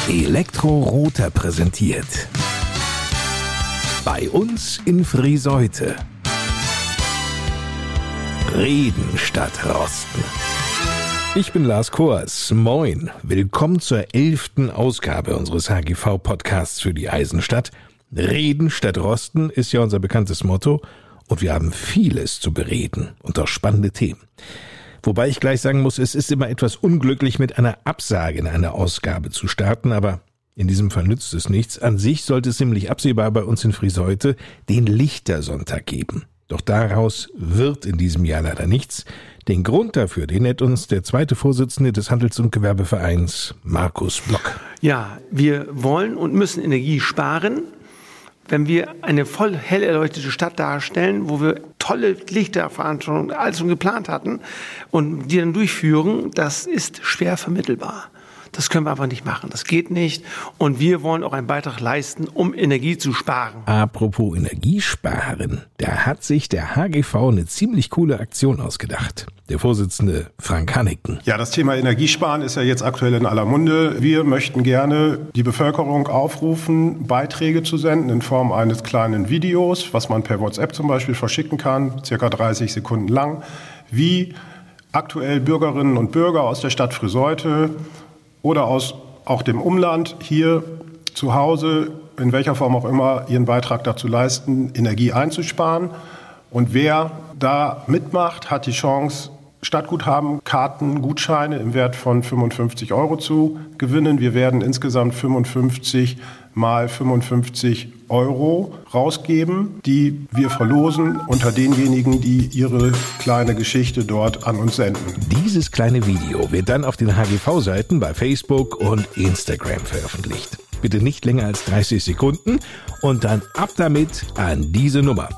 Elektro-Roter präsentiert. Bei uns in Friseute. Reden statt Rosten. Ich bin Lars Kors. Moin. Willkommen zur 11. Ausgabe unseres HGV-Podcasts für die Eisenstadt. Reden statt Rosten ist ja unser bekanntes Motto. Und wir haben vieles zu bereden und auch spannende Themen. Wobei ich gleich sagen muss, es ist immer etwas unglücklich, mit einer Absage in eine Ausgabe zu starten, aber in diesem Fall nützt es nichts. An sich sollte es nämlich absehbar bei uns in Friseute den Lichtersonntag geben. Doch daraus wird in diesem Jahr leider nichts. Den Grund dafür, den nennt uns der zweite Vorsitzende des Handels- und Gewerbevereins, Markus Block. Ja, wir wollen und müssen Energie sparen. Wenn wir eine voll hell erleuchtete Stadt darstellen, wo wir tolle Lichterveranstaltungen alles schon geplant hatten und die dann durchführen, das ist schwer vermittelbar. Das können wir einfach nicht machen. Das geht nicht. Und wir wollen auch einen Beitrag leisten, um Energie zu sparen. Apropos Energiesparen, da hat sich der HGV eine ziemlich coole Aktion ausgedacht. Der Vorsitzende Frank Hanneken. Ja, das Thema Energiesparen ist ja jetzt aktuell in aller Munde. Wir möchten gerne die Bevölkerung aufrufen, Beiträge zu senden in Form eines kleinen Videos, was man per WhatsApp zum Beispiel verschicken kann, circa 30 Sekunden lang, wie aktuell Bürgerinnen und Bürger aus der Stadt Friseute oder aus auch dem Umland hier zu Hause, in welcher Form auch immer, ihren Beitrag dazu leisten, Energie einzusparen. Und wer da mitmacht, hat die Chance, Stadtguthaben, Karten, Gutscheine im Wert von 55 € zu gewinnen. Wir werden insgesamt 55 mal 55 € rausgeben, die wir verlosen unter denjenigen, die ihre kleine Geschichte dort an uns senden. Dieses kleine Video wird dann auf den HGV-Seiten bei Facebook und Instagram veröffentlicht. Bitte nicht länger als 30 Sekunden und dann ab damit an diese Nummer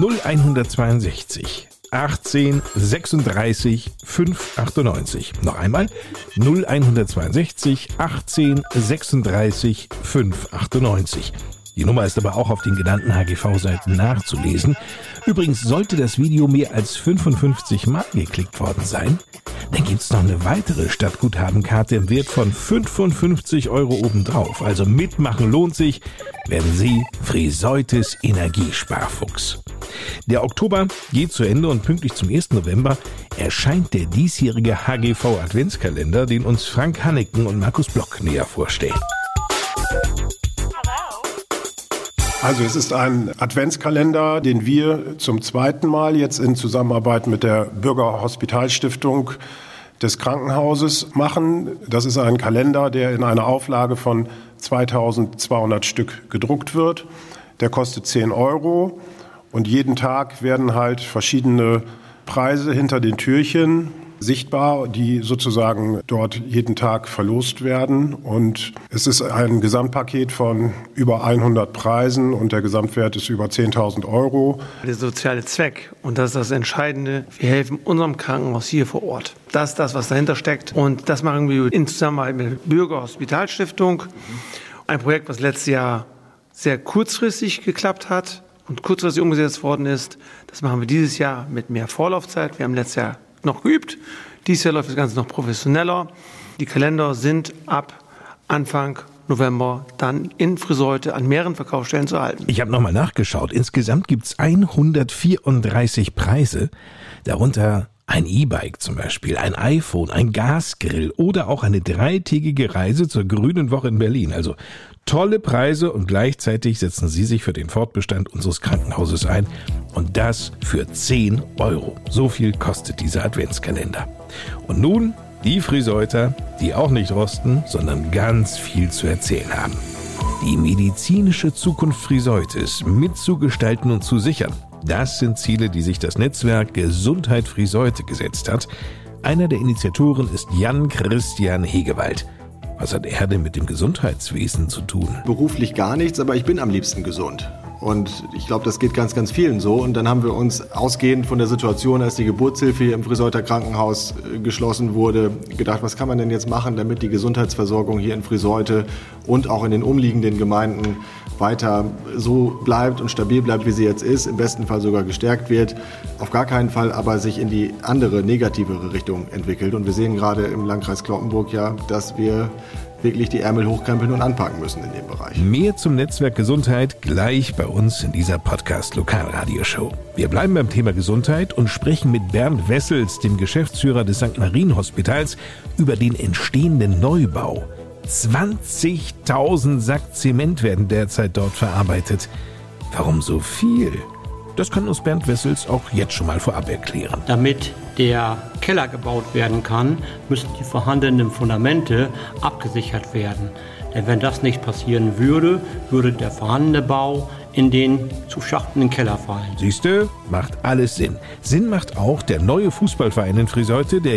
0162 18 36 598. Noch einmal 0162 18 36 598. Die Nummer ist aber auch auf den genannten HGV-Seiten nachzulesen. Übrigens, sollte das Video mehr als 55 Mal geklickt worden sein, dann gibt's noch eine weitere Stadtguthabenkarte im Wert von 55 € obendrauf. Also mitmachen lohnt sich, werden Sie Friseutes Energiesparfuchs. Der Oktober geht zu Ende und pünktlich zum 1. November erscheint der diesjährige HGV-Adventskalender, den uns Frank Hanneken und Markus Block näher vorstellen. Also es ist ein Adventskalender, den wir zum zweiten Mal jetzt in Zusammenarbeit mit der Bürgerhospitalstiftung des Krankenhauses machen. Das ist ein Kalender, der in einer Auflage von 2200 Stück gedruckt wird. Der kostet 10 € und jeden Tag werden halt verschiedene Preise hinter den Türchen sichtbar, die sozusagen dort jeden Tag verlost werden. Und es ist ein Gesamtpaket von über 100 Preisen und der Gesamtwert ist über 10.000 €. Der soziale Zweck, und das ist das Entscheidende, wir helfen unserem Krankenhaus hier vor Ort. Das ist das, was dahinter steckt. Und das machen wir in Zusammenarbeit mit der Bürgerhospitalstiftung. Ein Projekt, was letztes Jahr sehr kurzfristig geklappt hat und kurzfristig umgesetzt worden ist. Das machen wir dieses Jahr mit mehr Vorlaufzeit. Wir haben letztes Jahr noch geübt. Dieses Jahr läuft das Ganze noch professioneller. Die Kalender sind ab Anfang November dann in Friseute an mehreren Verkaufsstellen zu erhalten. Ich habe nochmal nachgeschaut. Insgesamt gibt's 134 Preise, darunter ein E-Bike zum Beispiel, ein iPhone, ein Gasgrill oder auch eine 3-tägige Reise zur Grünen Woche in Berlin. Also tolle Preise und gleichzeitig setzen Sie sich für den Fortbestand unseres Krankenhauses ein. Und das für 10 €. So viel kostet dieser Adventskalender. Und nun die Friseuter, die auch nicht rosten, sondern ganz viel zu erzählen haben. Die medizinische Zukunft Friseutes mitzugestalten und zu sichern. Das sind Ziele, die sich das Netzwerk Gesundheit Friseute gesetzt hat. Einer der Initiatoren ist Jan Christian Hegewald. Was hat er denn mit dem Gesundheitswesen zu tun? Beruflich gar nichts, aber ich bin am liebsten gesund. Und ich glaube, das geht ganz, ganz vielen so. Und dann haben wir uns ausgehend von der Situation, als die Geburtshilfe hier im Friseuter Krankenhaus geschlossen wurde, gedacht, was kann man denn jetzt machen, damit die Gesundheitsversorgung hier in Friseute und auch in den umliegenden Gemeinden weiter so bleibt und stabil bleibt, wie sie jetzt ist, im besten Fall sogar gestärkt wird, auf gar keinen Fall aber sich in die andere, negativere Richtung entwickelt. Und wir sehen gerade im Landkreis Cloppenburg ja, dass wir wirklich die Ärmel hochkrempeln und anpacken müssen in dem Bereich. Mehr zum Netzwerk Gesundheit gleich bei uns in dieser Podcast-Lokalradioshow. Wir bleiben beim Thema Gesundheit und sprechen mit Bernd Wessels, dem Geschäftsführer des St. Marien Hospitals, über den entstehenden Neubau. 20.000 Sack Zement werden derzeit dort verarbeitet. Warum so viel? Das kann uns Bernd Wessels auch jetzt schon mal vorab erklären. Damit der Keller gebaut werden kann, müssen die vorhandenen Fundamente abgesichert werden. Denn wenn das nicht passieren würde, würde der vorhandene Bau in den zu schachtenden Keller fallen. Siehste, macht alles Sinn. Sinn macht auch der neue Fußballverein in Friseute, der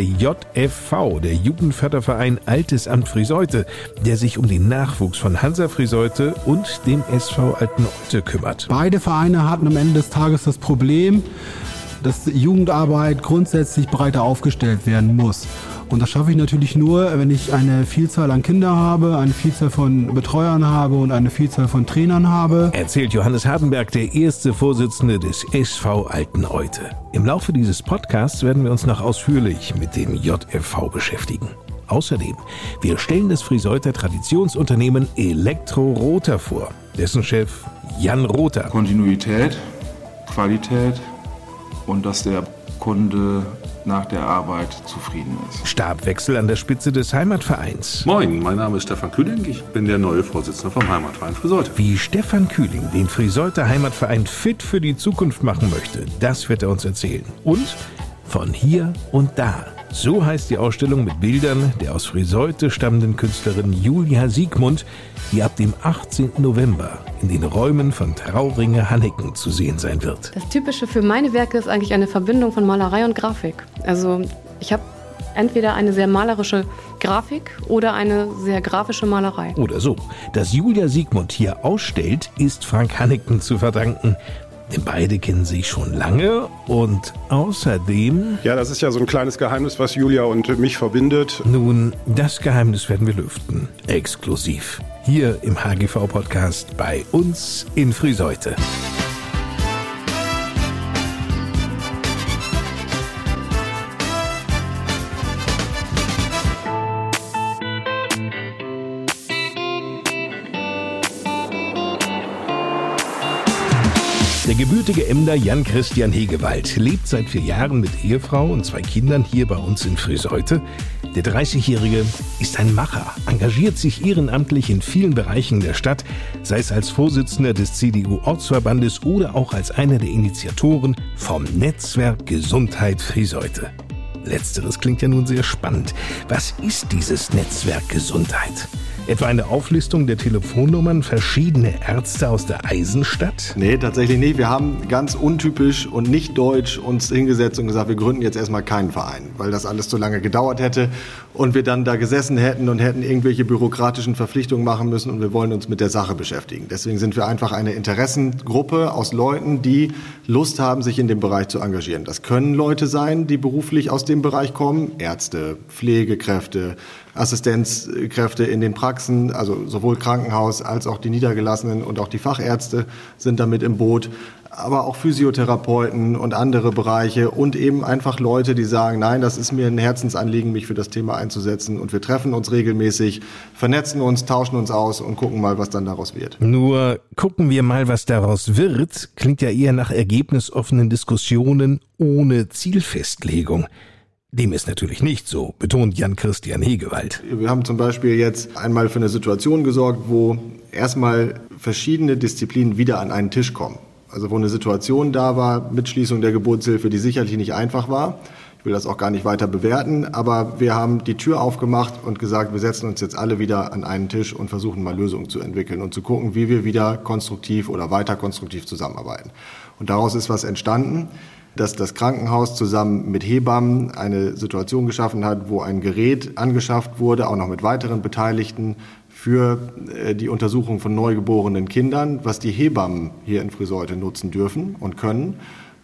JFV, der Jugendförderverein Altes Amt Friseute, der sich um den Nachwuchs von Hansa Friseute und dem SV Alteneute kümmert. Beide Vereine hatten am Ende des Tages das Problem, dass die Jugendarbeit grundsätzlich breiter aufgestellt werden muss. Und das schaffe ich natürlich nur, wenn ich eine Vielzahl an Kindern habe, eine Vielzahl von Betreuern habe und eine Vielzahl von Trainern habe. Erzählt Johannes Hardenberg, der erste Vorsitzende des SV Alteneute. Im Laufe dieses Podcasts werden wir uns noch ausführlich mit dem JFV beschäftigen. Außerdem, wir stellen das Friseuter Traditionsunternehmen Elektro Rother vor. Dessen Chef Jan Rother. Kontinuität, Qualität und dass der Kunde nach der Arbeit zufrieden ist. Stabwechsel an der Spitze des Heimatvereins. Moin, mein Name ist Stefan Kühling, ich bin der neue Vorsitzende vom Heimatverein Friseute. Wie Stefan Kühling den Friseuter Heimatverein fit für die Zukunft machen möchte, das wird er uns erzählen. Und von hier und da. So heißt die Ausstellung mit Bildern der aus Friseute stammenden Künstlerin Julia Siegmund, die ab dem 18. November in den Räumen von Trauringe Hanneken zu sehen sein wird. Das Typische für meine Werke ist eigentlich eine Verbindung von Malerei und Grafik. Also ich habe entweder eine sehr malerische Grafik oder eine sehr grafische Malerei. Oder so. Dass Julia Siegmund hier ausstellt, ist Frank Hanneken zu verdanken. Denn beide kennen sich schon lange und außerdem... Ja, das ist ja so ein kleines Geheimnis, was Julia und mich verbindet. Nun, das Geheimnis werden wir lüften. Exklusiv. Hier im HGV-Podcast bei uns in Friseute. Der gebürtige Emder Jan-Christian Hegewald lebt seit 4 Jahren mit Ehefrau und 2 Kindern hier bei uns in Friseute. Der 30-Jährige ist ein Macher, engagiert sich ehrenamtlich in vielen Bereichen der Stadt, sei es als Vorsitzender des CDU-Ortsverbandes oder auch als einer der Initiatoren vom Netzwerk Gesundheit Friseute. Letzteres klingt ja nun sehr spannend. Was ist dieses Netzwerk Gesundheit? Etwa eine Auflistung der Telefonnummern verschiedener Ärzte aus der Eisenstadt? Nee, tatsächlich nicht. Wir haben ganz untypisch und nicht deutsch uns hingesetzt und gesagt, wir gründen jetzt erstmal keinen Verein, weil das alles zu lange gedauert hätte und wir dann da gesessen hätten und hätten irgendwelche bürokratischen Verpflichtungen machen müssen und wir wollen uns mit der Sache beschäftigen. Deswegen sind wir einfach eine Interessengruppe aus Leuten, die Lust haben, sich in dem Bereich zu engagieren. Das können Leute sein, die beruflich aus dem Bereich kommen, Ärzte, Pflegekräfte, Assistenzkräfte in den Praxen, also sowohl Krankenhaus als auch die Niedergelassenen und auch die Fachärzte sind damit im Boot, aber auch Physiotherapeuten und andere Bereiche und eben einfach Leute, die sagen, nein, das ist mir ein Herzensanliegen, mich für das Thema einzusetzen und wir treffen uns regelmäßig, vernetzen uns, tauschen uns aus und gucken mal, was dann daraus wird. Nur gucken wir mal, was daraus wird, klingt ja eher nach ergebnisoffenen Diskussionen ohne Zielfestlegung. Dem ist natürlich nicht so, betont Jan-Christian Hegewald. Wir haben zum Beispiel jetzt einmal für eine Situation gesorgt, wo erstmal verschiedene Disziplinen wieder an einen Tisch kommen. Also wo eine Situation da war mit Schließung der Geburtshilfe, die sicherlich nicht einfach war. Ich will das auch gar nicht weiter bewerten, aber wir haben die Tür aufgemacht und gesagt, wir setzen uns jetzt alle wieder an einen Tisch und versuchen mal Lösungen zu entwickeln und zu gucken, wie wir wieder konstruktiv oder weiter konstruktiv zusammenarbeiten. Und daraus ist was entstanden, dass das Krankenhaus zusammen mit Hebammen eine Situation geschaffen hat, wo ein Gerät angeschafft wurde, auch noch mit weiteren Beteiligten, für die Untersuchung von neugeborenen Kindern, was die Hebammen hier in Friseute nutzen dürfen und können,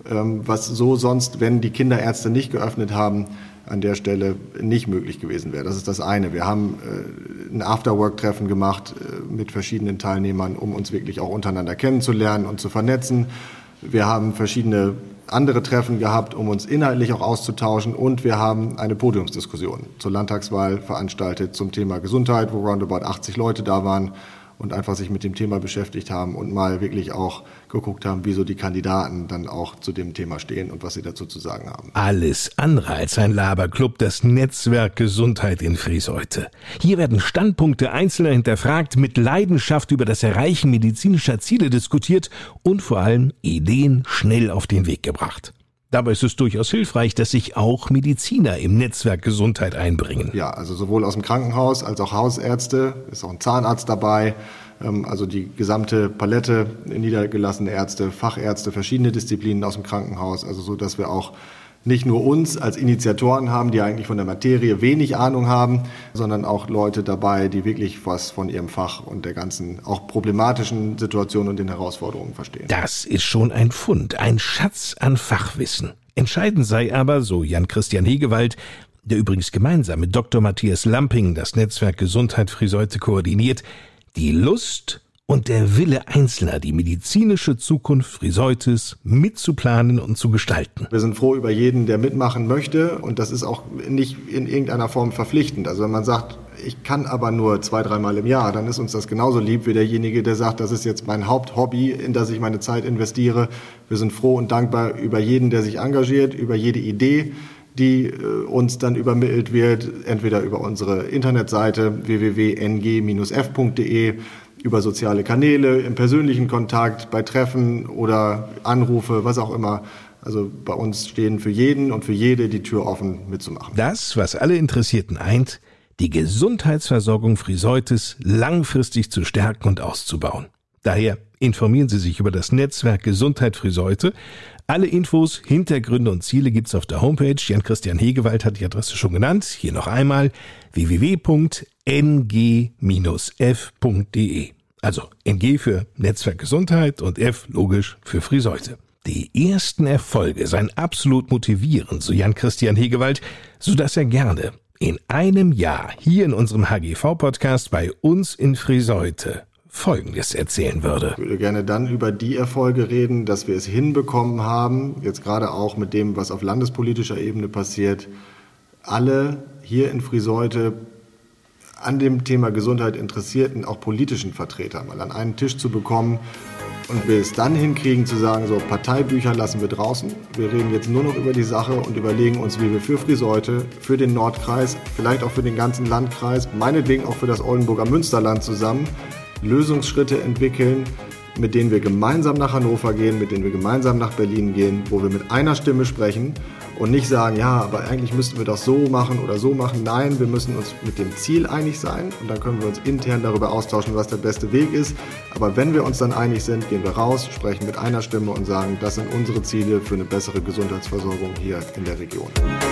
was so sonst, wenn die Kinderärzte nicht geöffnet haben, an der Stelle nicht möglich gewesen wäre. Das ist das eine. Wir haben ein Afterwork-Treffen gemacht mit verschiedenen Teilnehmern, um uns wirklich auch untereinander kennenzulernen und zu vernetzen. Wir haben verschiedene andere Treffen gehabt, um uns inhaltlich auch auszutauschen. Und wir haben eine Podiumsdiskussion zur Landtagswahl veranstaltet zum Thema Gesundheit, wo roundabout 80 Leute da waren und einfach sich mit dem Thema beschäftigt haben und mal wirklich auch geguckt haben, wie so die Kandidaten dann auch zu dem Thema stehen und was sie dazu zu sagen haben. Alles andere als ein Laberclub, das Netzwerk Gesundheit in Friseute. Hier werden Standpunkte Einzelner hinterfragt, mit Leidenschaft über das Erreichen medizinischer Ziele diskutiert und vor allem Ideen schnell auf den Weg gebracht. Dabei ist es durchaus hilfreich, dass sich auch Mediziner im Netzwerk Gesundheit einbringen. Ja, also sowohl aus dem Krankenhaus als auch Hausärzte, ist auch ein Zahnarzt dabei, also die gesamte Palette, niedergelassene Ärzte, Fachärzte, verschiedene Disziplinen aus dem Krankenhaus, also so, dass wir auch nicht nur uns als Initiatoren haben, die eigentlich von der Materie wenig Ahnung haben, sondern auch Leute dabei, die wirklich was von ihrem Fach und der ganzen auch problematischen Situation und den Herausforderungen verstehen. Das ist schon ein Fund, ein Schatz an Fachwissen. Entscheidend sei aber, so Jan-Christian Hegewald, der übrigens gemeinsam mit Dr. Matthias Lamping das Netzwerk Gesundheit Friseute koordiniert, die Lust und der Wille Einzelner, die medizinische Zukunft Friseutes mitzuplanen und zu gestalten. Wir sind froh über jeden, der mitmachen möchte, und das ist auch nicht in irgendeiner Form verpflichtend. Also wenn man sagt, ich kann aber nur 2-3 Mal im Jahr, dann ist uns das genauso lieb wie derjenige, der sagt, das ist jetzt mein Haupthobby, in das ich meine Zeit investiere. Wir sind froh und dankbar über jeden, der sich engagiert, über jede Idee, die uns dann übermittelt wird, entweder über unsere Internetseite www.ng-f.de, über soziale Kanäle, im persönlichen Kontakt, bei Treffen oder Anrufe, was auch immer. Also bei uns stehen für jeden und für jede die Tür offen, mitzumachen. Das, was alle Interessierten eint, die Gesundheitsversorgung Friseutes langfristig zu stärken und auszubauen. Daher informieren Sie sich über das Netzwerk Gesundheit Friseute. Alle Infos, Hintergründe und Ziele gibt's auf der Homepage. Jan-Christian Hegewald hat die Adresse schon genannt. Hier noch einmal www.ng-f.de. Also NG für Netzwerk Gesundheit und F logisch für Friseute. Die ersten Erfolge seien absolut motivierend, so Jan-Christian Hegewald, sodass er gerne in einem Jahr hier in unserem HGV-Podcast bei uns in Friseute Folgendes erzählen würde. Ich würde gerne dann über die Erfolge reden, dass wir es hinbekommen haben, jetzt gerade auch mit dem, was auf landespolitischer Ebene passiert, alle hier in Friseute an dem Thema Gesundheit interessierten, auch politischen Vertreter mal an einen Tisch zu bekommen und wir es dann hinkriegen zu sagen, so Parteibücher lassen wir draußen. Wir reden jetzt nur noch über die Sache und überlegen uns, wie wir für Friseute, für den Nordkreis, vielleicht auch für den ganzen Landkreis, meinetwegen auch für das Oldenburger Münsterland zusammen Lösungsschritte entwickeln, mit denen wir gemeinsam nach Hannover gehen, mit denen wir gemeinsam nach Berlin gehen, wo wir mit einer Stimme sprechen und nicht sagen, ja, aber eigentlich müssten wir das so machen oder so machen. Nein, wir müssen uns mit dem Ziel einig sein und dann können wir uns intern darüber austauschen, was der beste Weg ist. Aber wenn wir uns dann einig sind, gehen wir raus, sprechen mit einer Stimme und sagen, das sind unsere Ziele für eine bessere Gesundheitsversorgung hier in der Region.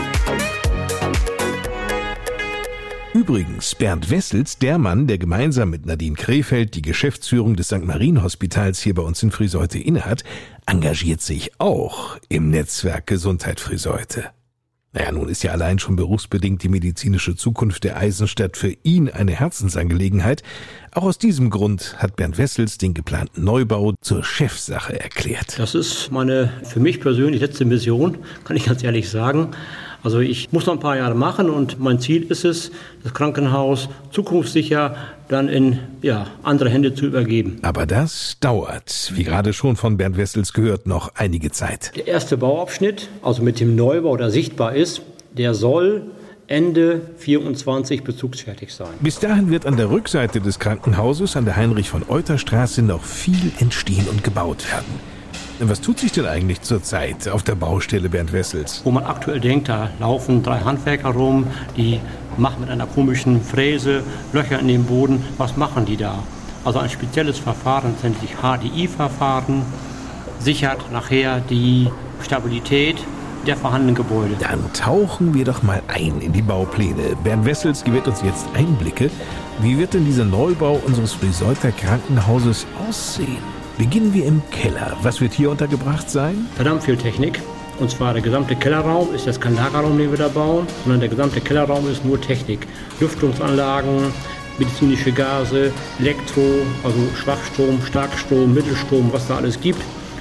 Übrigens, Bernd Wessels, der Mann, der gemeinsam mit Nadine Krefeld die Geschäftsführung des St. Marien-Hospitals hier bei uns in Friseute innehat, engagiert sich auch im Netzwerk Gesundheit Friseute. Naja, nun ist ja allein schon berufsbedingt die medizinische Zukunft der Eisenstadt für ihn eine Herzensangelegenheit. Auch aus diesem Grund hat Bernd Wessels den geplanten Neubau zur Chefsache erklärt. Das ist meine für mich persönlich letzte Mission, kann ich ganz ehrlich sagen. Also ich muss noch ein paar Jahre machen und mein Ziel ist es, das Krankenhaus zukunftssicher dann in andere Hände zu übergeben. Aber das dauert, wie gerade schon von Bernd Wessels gehört, noch einige Zeit. Der erste Bauabschnitt, also mit dem Neubau, der sichtbar ist, der soll Ende 24 bezugsfertig sein. Bis dahin wird an der Rückseite des Krankenhauses an der Heinrich-von-Euter-Straße noch viel entstehen und gebaut werden. Was tut sich denn eigentlich zurzeit auf der Baustelle, Bernd Wessels? Wo man aktuell denkt, da laufen 3 Handwerker rum, die machen mit einer komischen Fräse Löcher in den Boden. Was machen die da? Also ein spezielles Verfahren, das nennt sich HDI-Verfahren, sichert nachher die Stabilität der vorhandenen Gebäude. Dann tauchen wir doch mal ein in die Baupläne. Bernd Wessels gewährt uns jetzt Einblicke. Wie wird denn dieser Neubau unseres Friseuter Krankenhauses aussehen? Beginnen wir im Keller. Was wird hier untergebracht sein? Verdammt viel Technik. Und zwar der gesamte Kellerraum ist jetzt kein Lagerraum, den wir da bauen, sondern der gesamte Kellerraum ist nur Technik. Lüftungsanlagen, medizinische Gase, Elektro, also Schwachstrom, Starkstrom, Mittelstrom, was da alles gibt.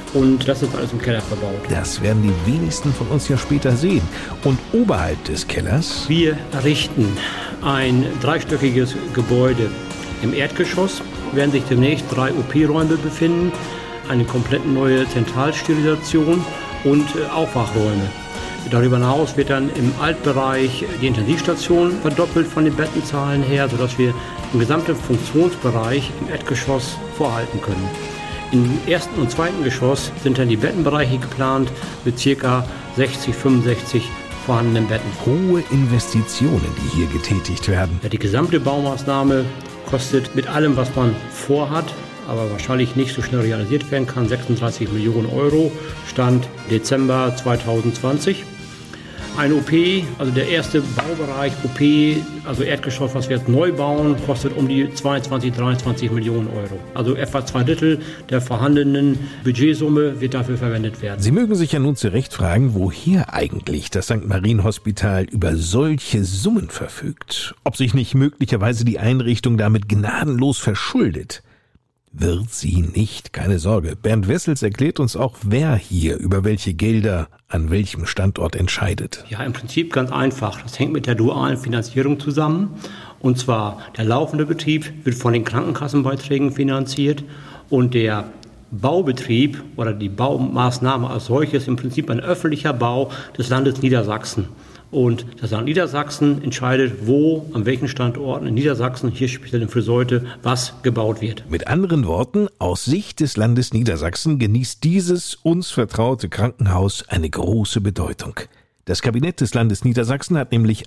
und das ist alles im Keller verbaut. Das werden die wenigsten von uns ja später sehen. Und oberhalb des Kellers? Wir errichten ein dreistöckiges Gebäude. Im Erdgeschoss werden sich demnächst 3 OP-Räume befinden, eine komplett neue Zentralsterilisation und Aufwachräume. Darüber hinaus wird dann im Altbereich die Intensivstation verdoppelt von den Bettenzahlen her, sodass wir den gesamten Funktionsbereich im Erdgeschoss vorhalten können. Im ersten und zweiten Geschoss sind dann die Bettenbereiche geplant mit ca. 60, 65 vorhandenen Betten. Hohe Investitionen, die hier getätigt werden. Ja, die gesamte Baumaßnahme kostet mit allem, was man vorhat, aber wahrscheinlich nicht so schnell realisiert werden kann, 36 Millionen Euro, Stand Dezember 2020. Ein OP, also der erste Baubereich OP, also Erdgeschoss, was wir jetzt neu bauen, kostet um die 22, 23 Millionen Euro. Also etwa 2/3 der vorhandenen Budgetsumme wird dafür verwendet werden. Sie mögen sich ja nun zu Recht fragen, woher eigentlich das St. Marienhospital über solche Summen verfügt. Ob sich nicht möglicherweise die Einrichtung damit gnadenlos verschuldet. Wird sie nicht, keine Sorge. Bernd Wessels erklärt uns auch, wer hier über welche Gelder an welchem Standort entscheidet. Ja, im Prinzip ganz einfach. Das hängt mit der dualen Finanzierung zusammen. Und zwar der laufende Betrieb wird von den Krankenkassenbeiträgen finanziert und der Baubetrieb oder die Baumaßnahme als solches im Prinzip ein öffentlicher Bau des Landes Niedersachsen. Und das Land Niedersachsen entscheidet, wo, an welchen Standorten in Niedersachsen, hier speziell in Friseute, was gebaut wird. Mit anderen Worten, aus Sicht des Landes Niedersachsen genießt dieses uns vertraute Krankenhaus eine große Bedeutung. Das Kabinett des Landes Niedersachsen hat nämlich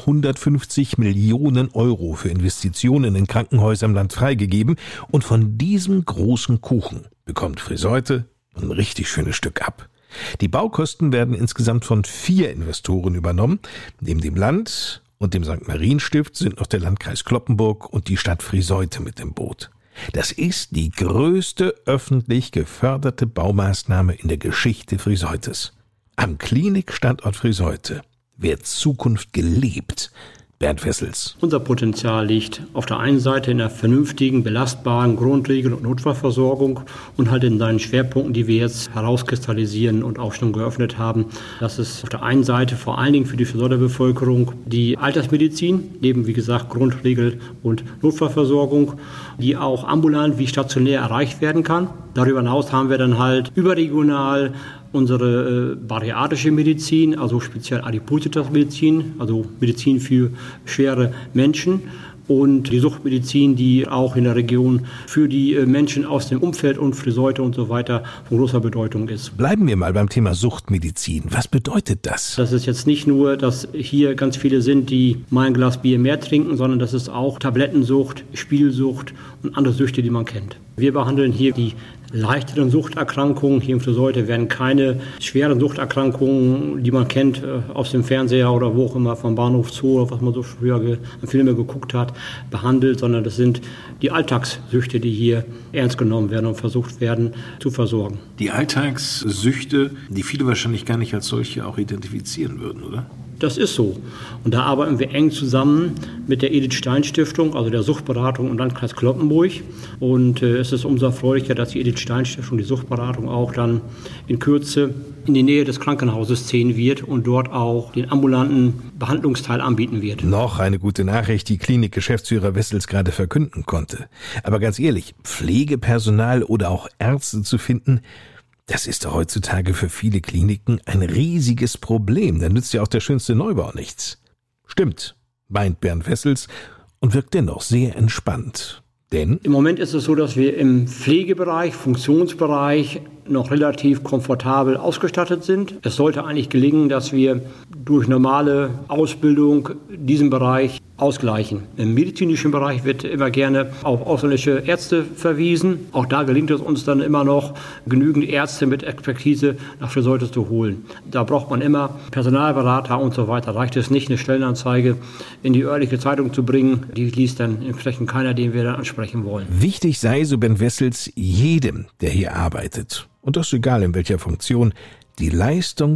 150 Millionen Euro für Investitionen in Krankenhäuser im Land freigegeben und von diesem großen Kuchen bekommt Friseute ein richtig schönes Stück ab. Die Baukosten werden insgesamt von 4 Investoren übernommen. Neben dem Land und dem St. Marienstift sind noch der Landkreis Cloppenburg und die Stadt Friseute mit im Boot. Das ist die größte öffentlich geförderte Baumaßnahme in der Geschichte Friseutes. Am Klinikstandort Friseute wird Zukunft gelebt. Bernd Wessels. Unser Potenzial liegt auf der einen Seite in der vernünftigen, belastbaren Grundregel- und Notfallversorgung und halt in seinen Schwerpunkten, die wir jetzt herauskristallisieren und auch schon geöffnet haben. Das ist auf der einen Seite vor allen Dingen für die Friseute Bevölkerung die Altersmedizin, neben wie gesagt Grundregel- und Notfallversorgung, die auch ambulant wie stationär erreicht werden kann. Darüber hinaus haben wir dann halt überregional unsere bariatrische Medizin, also speziell Adipositas-Medizin, also Medizin für schwere Menschen und die Suchtmedizin, die auch in der Region für die Menschen aus dem Umfeld und Friseute und so weiter von großer Bedeutung ist. Bleiben wir mal beim Thema Suchtmedizin. Was bedeutet das? Das ist jetzt nicht nur, dass hier ganz viele sind, die mal ein Glas Bier mehr trinken, sondern das ist auch Tablettensucht, Spielsucht und andere Süchte, die man kennt. Wir behandeln hier die leichteren Suchterkrankungen. Hier in Friseute werden keine schweren Suchterkrankungen, die man kennt aus dem Fernseher oder wo auch immer, vom Bahnhof Zoo oder was man so früher an Filme geguckt hat, behandelt, sondern das sind die Alltagssüchte, die hier ernst genommen werden und versucht werden zu versorgen. Die Alltagssüchte, die viele wahrscheinlich gar nicht als solche auch identifizieren würden, oder? Das ist so. Und da arbeiten wir eng zusammen mit der Edith Stein Stiftung, also der Suchtberatung im Landkreis Cloppenburg. Und es ist umso erfreulicher, dass die Edith Stein Stiftung, die Suchtberatung auch dann in Kürze in die Nähe des Krankenhauses ziehen wird und dort auch den ambulanten Behandlungsteil anbieten wird. Noch eine gute Nachricht, die Klinikgeschäftsführer Wessels gerade verkünden konnte. Aber ganz ehrlich, Pflegepersonal oder auch Ärzte zu finden, das ist heutzutage für viele Kliniken ein riesiges Problem. Da nützt ja auch der schönste Neubau nichts. Stimmt, meint Bernd Wessels und wirkt dennoch sehr entspannt. Denn im Moment ist es so, dass wir im Pflegebereich, Funktionsbereich noch relativ komfortabel ausgestattet sind. Es sollte eigentlich gelingen, dass wir durch normale Ausbildung diesen Bereich ausgleichen. Im medizinischen Bereich wird immer gerne auf ausländische Ärzte verwiesen. Auch da gelingt es uns dann immer noch, genügend Ärzte mit Expertise nach Friseute zu holen. Da braucht man immer Personalberater und so weiter. Reicht es nicht, eine Stellenanzeige in die örtliche Zeitung zu bringen. Die liest dann entsprechend keiner, den wir dann ansprechen wollen. Wichtig sei, so Bernd Wessels, jedem, der hier arbeitet, und das egal in welcher Funktion, die Leistung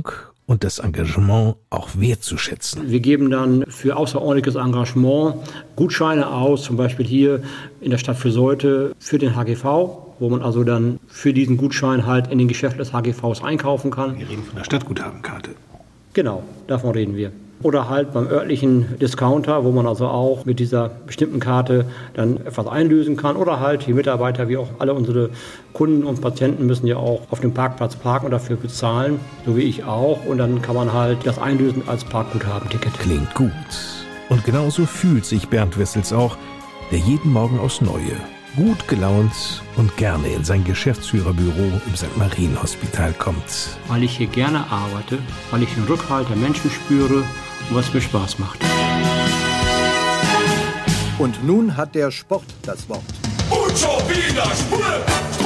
und das Engagement auch wertzuschätzen. Wir geben dann für außerordentliches Engagement Gutscheine aus, zum Beispiel hier in der Stadt Friseute für den HGV, wo man also dann für diesen Gutschein halt in den Geschäften des HGVs einkaufen kann. Wir reden von der Stadtguthabenkarte. Genau, davon reden wir. Oder halt beim örtlichen Discounter, wo man also auch mit dieser bestimmten Karte dann etwas einlösen kann. Oder halt die Mitarbeiter, wie auch alle unsere Kunden und Patienten müssen ja auch auf dem Parkplatz parken und dafür bezahlen, so wie ich auch. Und dann kann man halt das einlösen als Parkguthabenticket. Klingt gut. Und genauso fühlt sich Bernd Wessels auch, der jeden Morgen aufs Neue gut gelaunt und gerne in sein Geschäftsführerbüro im St. Marienhospital kommt. Weil ich hier gerne arbeite, weil ich den Rückhalt der Menschen spüre und was mir Spaß macht. Und nun hat der Sport das Wort. Und schon wieder Sport!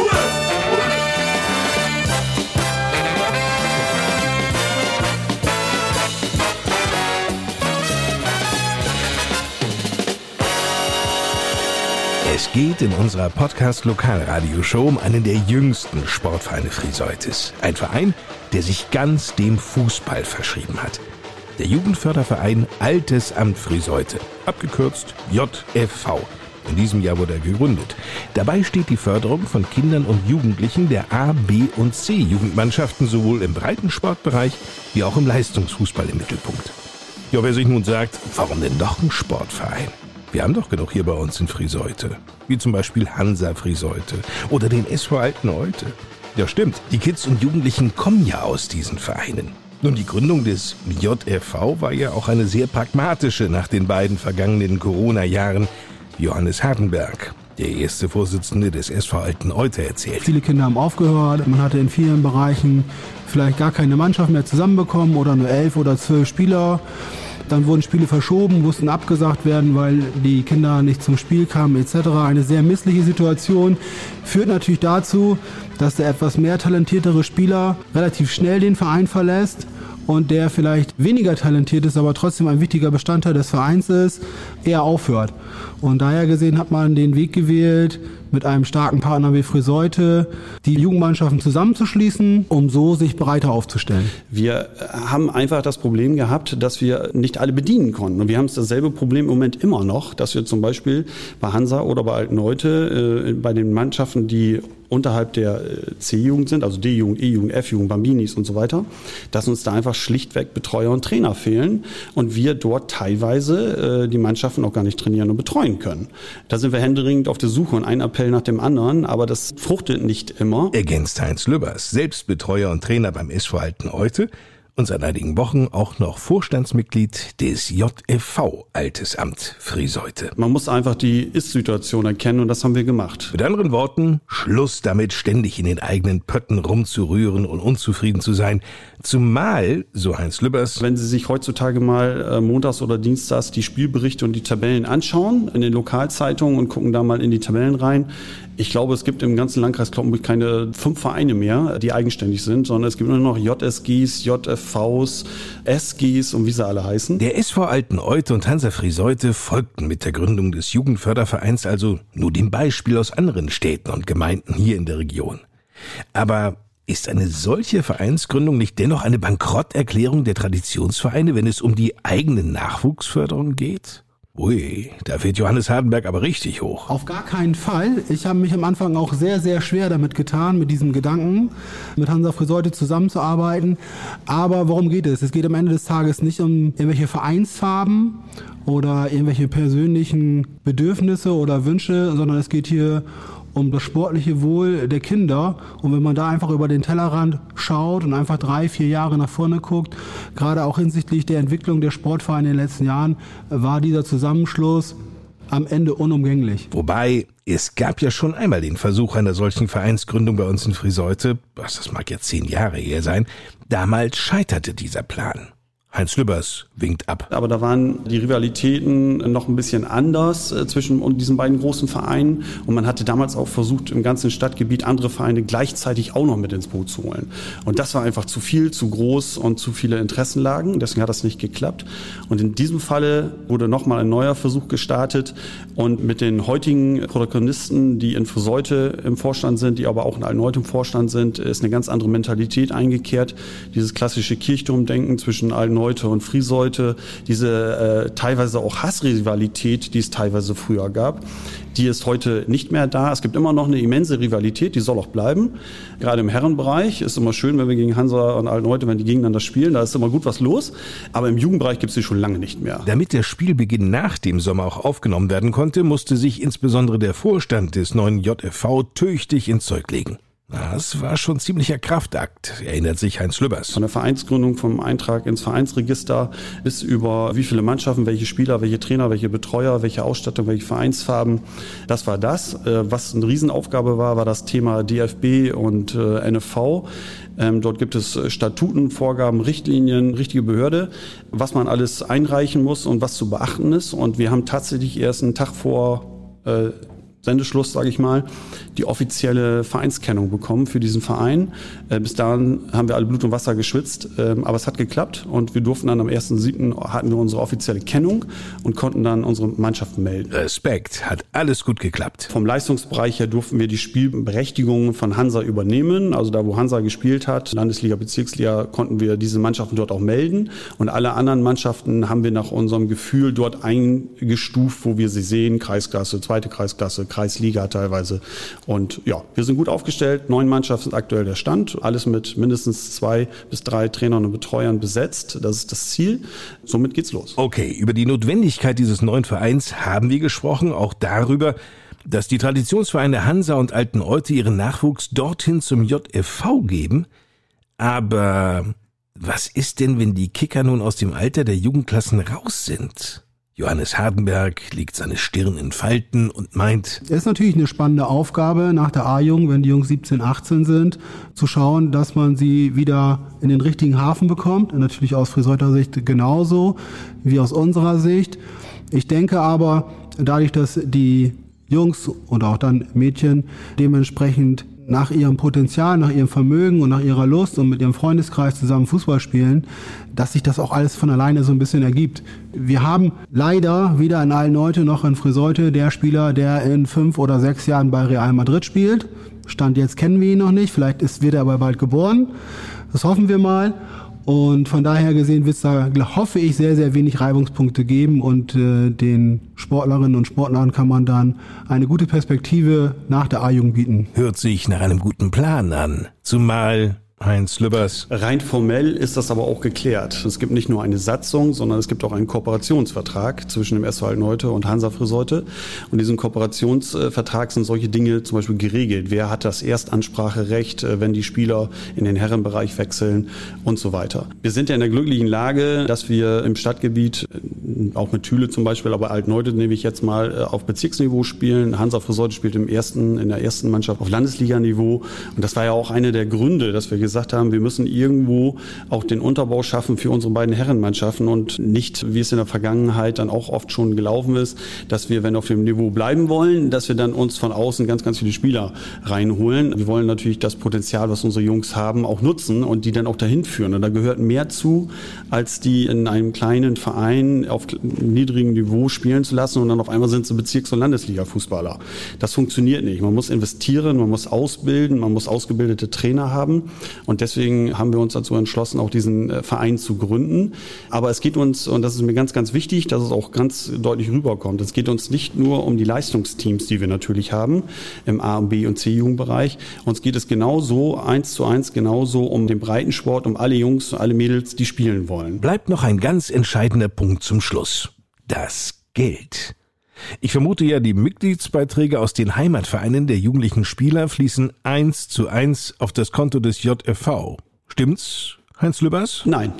Es geht in unserer Podcast-Lokalradioshow um einen der jüngsten Sportvereine Frieseutes. Ein Verein, der sich ganz dem Fußball verschrieben hat. Der Jugendförderverein Altes Amt Frieseute, abgekürzt JFV. In diesem Jahr wurde er gegründet. Dabei steht die Förderung von Kindern und Jugendlichen der A-, B- und C-Jugendmannschaften sowohl im Breitensportbereich wie auch im Leistungsfußball im Mittelpunkt. Ja, wer sich nun sagt, warum denn doch ein Sportverein? Wir haben doch genug hier bei uns in Frieseute, wie zum Beispiel Hansa Frieseute oder den SV Alteneute. Ja stimmt, die Kids und Jugendlichen kommen ja aus diesen Vereinen. Nun, die Gründung des JFV war ja auch eine sehr pragmatische nach den beiden vergangenen Corona-Jahren. Johannes Hardenberg, der erste Vorsitzende des SV Alteneute, erzählt. Viele Kinder haben aufgehört, man hatte in vielen Bereichen vielleicht gar keine Mannschaft mehr zusammenbekommen oder nur 11 oder 12 Spieler. Dann wurden Spiele verschoben, mussten abgesagt werden, weil die Kinder nicht zum Spiel kamen etc. Eine sehr missliche Situation führt natürlich dazu, dass der etwas mehr talentiertere Spieler relativ schnell den Verein verlässt und der vielleicht weniger talentiert ist, aber trotzdem ein wichtiger Bestandteil des Vereins ist, eher aufhört. Und daher gesehen hat man den Weg gewählt, mit einem starken Partner wie Frieseute die Jugendmannschaften zusammenzuschließen, um so sich breiter aufzustellen. Wir haben einfach das Problem gehabt, dass wir nicht alle bedienen konnten. Und wir haben dasselbe Problem im Moment immer noch, dass wir zum Beispiel bei Hansa oder bei Alteneute bei den Mannschaften, die unterhalb der C-Jugend sind, also D-Jugend, E-Jugend, F-Jugend, Bambinis und so weiter, dass uns da einfach schlichtweg Betreuer und Trainer fehlen und wir dort teilweise die Mannschaften auch gar nicht trainieren und betreuen können. Da sind wir händeringend auf der Suche und ein Appell nach dem anderen, aber das fruchtet nicht immer. Ergänzt Heinz Lübbers, selbst Betreuer und Trainer beim SV Alteneute und seit einigen Wochen auch noch Vorstandsmitglied des JFV Altes Amt Frieseute. Man muss einfach die Ist-Situation erkennen und das haben wir gemacht. Mit anderen Worten, Schluss damit, ständig in den eigenen Pötten rumzurühren und unzufrieden zu sein. Zumal, so Heinz Lübbers, wenn Sie sich heutzutage mal montags oder dienstags die Spielberichte und die Tabellen anschauen in den Lokalzeitungen und gucken da mal in die Tabellen rein. Ich glaube, es gibt im ganzen Landkreis Cloppenburg keine 5 Vereine mehr, die eigenständig sind, sondern es gibt nur noch JSGs, JFVs, SGs und wie sie alle heißen. Der SV Alteneute und Hansa Frieseute folgten mit der Gründung des Jugendfördervereins also nur dem Beispiel aus anderen Städten und Gemeinden hier in der Region. Aber ist eine solche Vereinsgründung nicht dennoch eine Bankrotterklärung der Traditionsvereine, wenn es um die eigene Nachwuchsförderung geht? Ui, da wird Johannes Hardenberg aber richtig hoch. Auf gar keinen Fall. Ich habe mich am Anfang auch sehr, sehr schwer damit getan, mit diesem Gedanken, mit Hansa Frieseute zusammenzuarbeiten. Aber worum geht es? Es geht am Ende des Tages nicht um irgendwelche Vereinsfarben oder irgendwelche persönlichen Bedürfnisse oder Wünsche, sondern es geht hier um das sportliche Wohl der Kinder. Und wenn man da einfach über den Tellerrand schaut und einfach 3-4 Jahre nach vorne guckt, gerade auch hinsichtlich der Entwicklung der Sportvereine in den letzten Jahren, war dieser Zusammenschluss am Ende unumgänglich. Wobei, es gab ja schon einmal den Versuch einer solchen Vereinsgründung bei uns in Frieseute, das mag jetzt 10 Jahre her sein, damals scheiterte dieser Plan. Heinz Lübbers winkt ab. Aber da waren die Rivalitäten noch ein bisschen anders zwischen diesen beiden großen Vereinen. Und man hatte damals auch versucht, im ganzen Stadtgebiet andere Vereine gleichzeitig auch noch mit ins Boot zu holen. Und das war einfach zu viel, zu groß und zu viele Interessenlagen. Deswegen hat das nicht geklappt. Und in diesem Falle wurde nochmal ein neuer Versuch gestartet. Und mit den heutigen Protagonisten, die in Friseute im Vorstand sind, die aber auch in Altenreuth im Vorstand sind, ist eine ganz andere Mentalität eingekehrt. Dieses klassische Kirchturmdenken zwischen Altenreuth und Friseute, diese teilweise auch Hassrivalität, die es teilweise früher gab, die ist heute nicht mehr da. Es gibt immer noch eine immense Rivalität, die soll auch bleiben. Gerade im Herrenbereich ist immer schön, wenn wir gegen Hansa und Altenreuth, wenn die gegeneinander spielen, da ist immer gut was los. Aber im Jugendbereich gibt es die schon lange nicht mehr. Damit der Spielbeginn nach dem Sommer auch aufgenommen werden konnte, musste sich insbesondere der Vorstand des neuen JFV tüchtig ins Zeug legen. Das war schon ziemlicher Kraftakt, erinnert sich Heinz Lübbers. Von der Vereinsgründung, vom Eintrag ins Vereinsregister bis über wie viele Mannschaften, welche Spieler, welche Trainer, welche Betreuer, welche Ausstattung, welche Vereinsfarben. Das war das. Was eine Riesenaufgabe war das Thema DFB und NFV. Dort gibt es Statuten, Vorgaben, Richtlinien, richtige Behörde, was man alles einreichen muss und was zu beachten ist. Und wir haben tatsächlich erst einen Tag vor Sendeschluss, sage ich mal, die offizielle Vereinskennung bekommen für diesen Verein. Bis dahin haben wir alle Blut und Wasser geschwitzt, aber es hat geklappt und wir durften dann am 1.7. hatten wir unsere offizielle Kennung und konnten dann unsere Mannschaften melden. Respekt, hat alles gut geklappt. Vom Leistungsbereich her durften wir die Spielberechtigungen von Hansa übernehmen, also da, wo Hansa gespielt hat, Landesliga, Bezirksliga, konnten wir diese Mannschaften dort auch melden und alle anderen Mannschaften haben wir nach unserem Gefühl dort eingestuft, wo wir sie sehen, Kreisklasse, zweite Kreisklasse, Kreisliga teilweise. Und ja, wir sind gut aufgestellt. 9 Mannschaften sind aktuell der Stand. Alles mit mindestens 2 bis 3 Trainern und Betreuern besetzt. Das ist das Ziel. Somit geht's los. Okay, über die Notwendigkeit dieses neuen Vereins haben wir gesprochen. Auch darüber, dass die Traditionsvereine Hansa und Altenreuth ihren Nachwuchs dorthin zum JFV geben. Aber was ist denn, wenn die Kicker nun aus dem Alter der Jugendklassen raus sind? Johannes Hardenberg legt seine Stirn in Falten und meint: Es ist natürlich eine spannende Aufgabe nach der A-Jugend, wenn die Jungs 17, 18 sind, zu schauen, dass man sie wieder in den richtigen Hafen bekommt. Und natürlich aus Friseuter Sicht genauso wie aus unserer Sicht. Ich denke aber, dadurch, dass die Jungs und auch dann Mädchen dementsprechend nach ihrem Potenzial, nach ihrem Vermögen und nach ihrer Lust und mit ihrem Freundeskreis zusammen Fußball spielen, dass sich das auch alles von alleine so ein bisschen ergibt. Wir haben leider weder in Altenreuth noch in Friseute der Spieler, der in 5 oder 6 Jahren bei Real Madrid spielt. Stand jetzt kennen wir ihn noch nicht, vielleicht wird er aber bald geboren. Das hoffen wir mal. Und von daher gesehen wird es da, hoffe ich, sehr, sehr wenig Reibungspunkte geben und den Sportlerinnen und Sportlern kann man dann eine gute Perspektive nach der A-Jugend bieten. Hört sich nach einem guten Plan an, zumal Heinz Lübbers. Rein formell ist das aber auch geklärt. Es gibt nicht nur eine Satzung, sondern es gibt auch einen Kooperationsvertrag zwischen dem SV Altenreuth und Hansa Friseute. Und in diesem Kooperationsvertrag sind solche Dinge zum Beispiel geregelt. Wer hat das Erstanspracherecht, wenn die Spieler in den Herrenbereich wechseln und so weiter. Wir sind ja in der glücklichen Lage, dass wir im Stadtgebiet, auch mit Thüle zum Beispiel, aber Altenreuth nehme ich jetzt mal, auf Bezirksniveau spielen. Hansa Friseute spielt in der ersten Mannschaft auf Landesliganiveau. Und das war ja auch einer der Gründe, dass wir gesagt haben, wir müssen irgendwo auch den Unterbau schaffen für unsere beiden Herrenmannschaften und nicht, wie es in der Vergangenheit dann auch oft schon gelaufen ist, dass wir, wenn wir auf dem Niveau bleiben wollen, dass wir dann uns von außen ganz, ganz viele Spieler reinholen. Wir wollen natürlich das Potenzial, was unsere Jungs haben, auch nutzen und die dann auch dahin führen. Und da gehört mehr zu, als die in einem kleinen Verein auf niedrigem Niveau spielen zu lassen und dann auf einmal sind sie Bezirks- und Landesliga-Fußballer. Das funktioniert nicht. Man muss investieren, man muss ausbilden, man muss ausgebildete Trainer haben. Und deswegen haben wir uns dazu entschlossen, auch diesen Verein zu gründen. Aber es geht uns, und das ist mir ganz, ganz wichtig, dass es auch ganz deutlich rüberkommt, es geht uns nicht nur um die Leistungsteams, die wir natürlich haben im A-, B- und C-Jugendbereich. Uns geht es genauso, 1:1, genauso um den Breitensport, um alle Jungs, alle Mädels, die spielen wollen. Bleibt noch ein ganz entscheidender Punkt zum Schluss. Das Geld. Ich vermute ja, die Mitgliedsbeiträge aus den Heimatvereinen der jugendlichen Spieler fließen 1:1 auf das Konto des JFV. Stimmt's, Heinz Lübbers? Nein,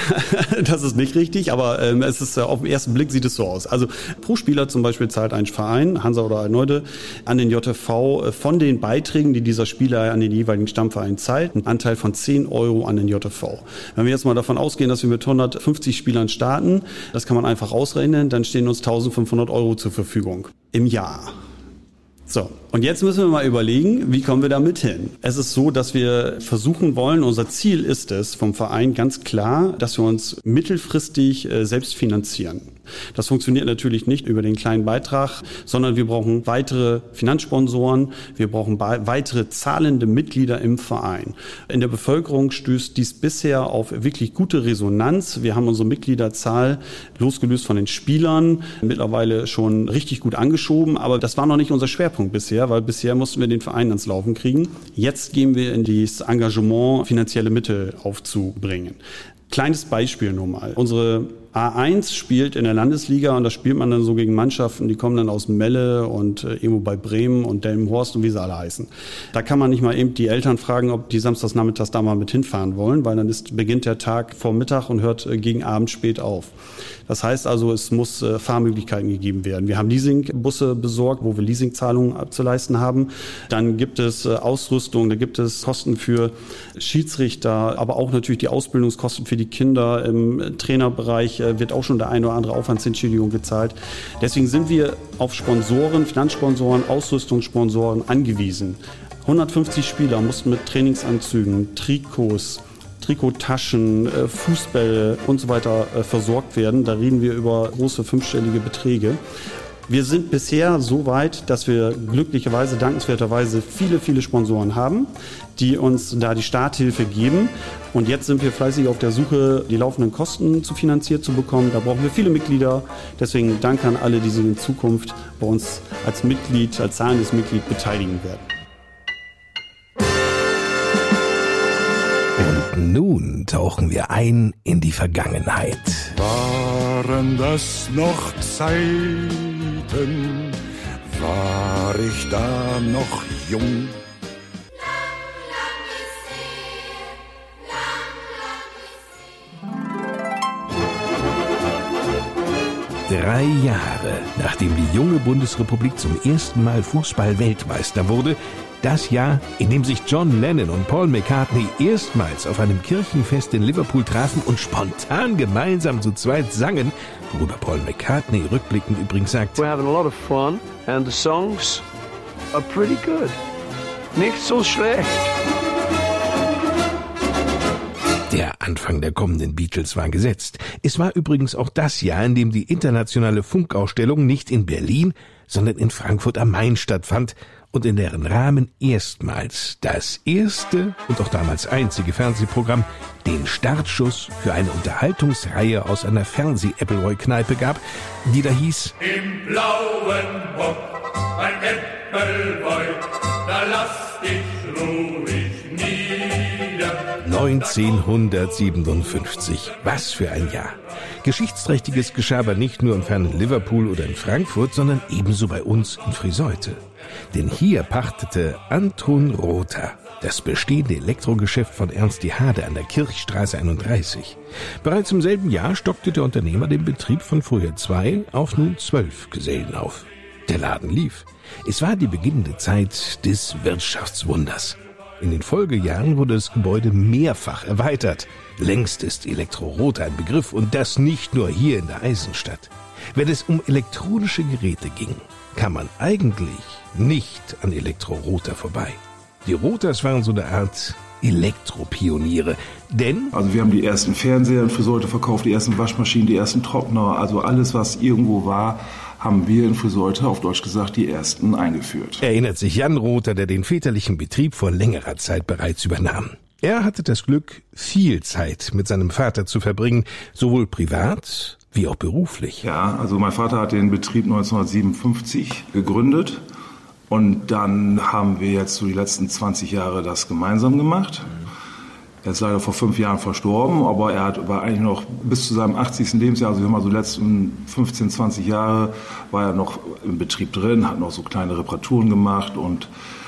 das ist nicht richtig, aber es ist auf den ersten Blick sieht es so aus. Also pro Spieler zum Beispiel zahlt ein Verein, Hansa oder Altneude, an den JV von den Beiträgen, die dieser Spieler an den jeweiligen Stammverein zahlt, einen Anteil von 10 € an den JV. Wenn wir jetzt mal davon ausgehen, dass wir mit 150 Spielern starten, das kann man einfach ausrechnen, dann stehen uns 1.500 € zur Verfügung im Jahr. So, und jetzt müssen wir mal überlegen, wie kommen wir damit hin? Es ist so, dass wir versuchen wollen, unser Ziel ist es vom Verein ganz klar, dass wir uns mittelfristig selbst finanzieren. Das funktioniert natürlich nicht über den kleinen Beitrag, sondern wir brauchen weitere Finanzsponsoren, wir brauchen weitere zahlende Mitglieder im Verein. In der Bevölkerung stößt dies bisher auf wirklich gute Resonanz. Wir haben unsere Mitgliederzahl, losgelöst von den Spielern, mittlerweile schon richtig gut angeschoben, aber das war noch nicht unser Schwerpunkt bisher, weil bisher mussten wir den Verein ans Laufen kriegen. Jetzt gehen wir in dieses Engagement, finanzielle Mittel aufzubringen. Kleines Beispiel nur mal. Unsere A1 spielt in der Landesliga und da spielt man dann so gegen Mannschaften, die kommen dann aus Melle und irgendwo bei Bremen und Delmenhorst und wie sie alle heißen. Da kann man nicht mal eben die Eltern fragen, ob die samstags nachmittags da mal mit hinfahren wollen, weil dann beginnt der Tag vor Mittag und hört gegen Abend spät auf. Das heißt also, es muss Fahrmöglichkeiten gegeben werden. Wir haben Leasingbusse besorgt, wo wir Leasingzahlungen abzuleisten haben. Dann gibt es Ausrüstung, da gibt es Kosten für Schiedsrichter, aber auch natürlich die Ausbildungskosten für die Kinder. Im Trainerbereich wird auch schon der eine oder andere Aufwandsentschädigung gezahlt. Deswegen sind wir auf Sponsoren, Finanzsponsoren, Ausrüstungssponsoren angewiesen. 150 Spieler mussten mit Trainingsanzügen, Trikots, Trikottaschen, Fußbälle und so weiter versorgt werden. Da reden wir über große fünfstellige Beträge. Wir sind bisher so weit, dass wir glücklicherweise, dankenswerterweise viele Sponsoren haben, die uns da die Starthilfe geben. Und jetzt sind wir fleißig auf der Suche, die laufenden Kosten finanziert zu bekommen. Da brauchen wir viele Mitglieder. Deswegen danke an alle, die sich in Zukunft bei uns als Mitglied, als zahlendes Mitglied beteiligen werden. Und nun tauchen wir ein in die Vergangenheit. Waren das noch Zeiten, war ich da noch jung? 3 Jahre, nachdem die junge Bundesrepublik zum ersten Mal Fußball-Weltmeister wurde, das Jahr, in dem sich John Lennon und Paul McCartney erstmals auf einem Kirchenfest in Liverpool trafen und spontan gemeinsam zu zweit sangen, worüber Paul McCartney rückblickend übrigens sagt: We're having a lot of fun and the songs are pretty good. Nicht so schlecht. Der Anfang der kommenden Beatles war gesetzt. Es war übrigens auch das Jahr, in dem die internationale Funkausstellung nicht in Berlin, sondern in Frankfurt am Main stattfand und in deren Rahmen erstmals das erste und auch damals einzige Fernsehprogramm den Startschuss für eine Unterhaltungsreihe aus einer Fernseh-Appleboy-Kneipe gab, die da hieß: Im blauen Bock, ein Appleboy, da lass dich ruhig nieder. 1957. Was für ein Jahr. Geschichtsträchtiges geschah aber nicht nur im fernen Liverpool oder in Frankfurt, sondern ebenso bei uns in Friseute. Denn hier pachtete Anton Rother das bestehende Elektrogeschäft von Ernst Hade an der Kirchstraße 31. Bereits im selben Jahr stockte der Unternehmer den Betrieb von früher 2 auf nun 12 Gesellen auf. Der Laden lief. Es war die beginnende Zeit des Wirtschaftswunders. In den Folgejahren wurde das Gebäude mehrfach erweitert. Längst ist Elektro-Rother ein Begriff und das nicht nur hier in der Eisenstadt. Wenn es um elektronische Geräte ging, kam man eigentlich nicht an Elektro-Rother vorbei. Die Rothers waren so eine Art Elektropioniere, denn... Also wir haben die ersten Fernseher in Friseute verkauft, die ersten Waschmaschinen, die ersten Trockner, also alles, was irgendwo war, haben wir in Friseute, auf Deutsch gesagt, die ersten eingeführt. Erinnert sich Jan Rother, der den väterlichen Betrieb vor längerer Zeit bereits übernahm. Er hatte das Glück, viel Zeit mit seinem Vater zu verbringen, sowohl privat wie auch beruflich. Ja, also mein Vater hat den Betrieb 1957 gegründet und dann haben wir jetzt so die letzten 20 Jahre das gemeinsam gemacht. Er ist leider vor 5 Jahren verstorben, aber war eigentlich noch bis zu seinem 80. Lebensjahr, also so die letzten 15, 20 Jahre, war er noch im Betrieb drin, hat noch so kleine Reparaturen gemacht und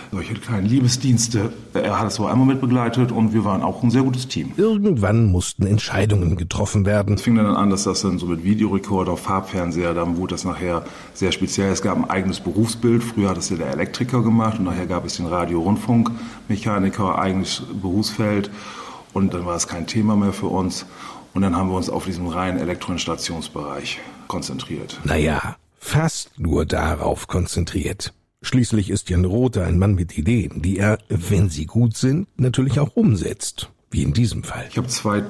solche kleinen Liebesdienste. Er hat es so einmal mitbegleitet und wir waren auch ein sehr gutes Team. Irgendwann mussten Entscheidungen getroffen werden. Es fing dann an, dass das dann so mit Videorekorder, Farbfernseher, dann wurde das nachher sehr speziell. Es gab ein eigenes Berufsbild. Früher hat es ja der Elektriker gemacht und nachher gab es den Radio-Rundfunkmechaniker, eigenes Berufsfeld. Und dann war es kein Thema mehr für uns. Und dann haben wir uns auf diesen reinen Elektroinstallationsbereich konzentriert. Naja, fast nur darauf konzentriert. Schließlich ist Jan Rother ein Mann mit Ideen, die er, wenn sie gut sind, natürlich auch umsetzt. Wie in diesem Fall. Ich habe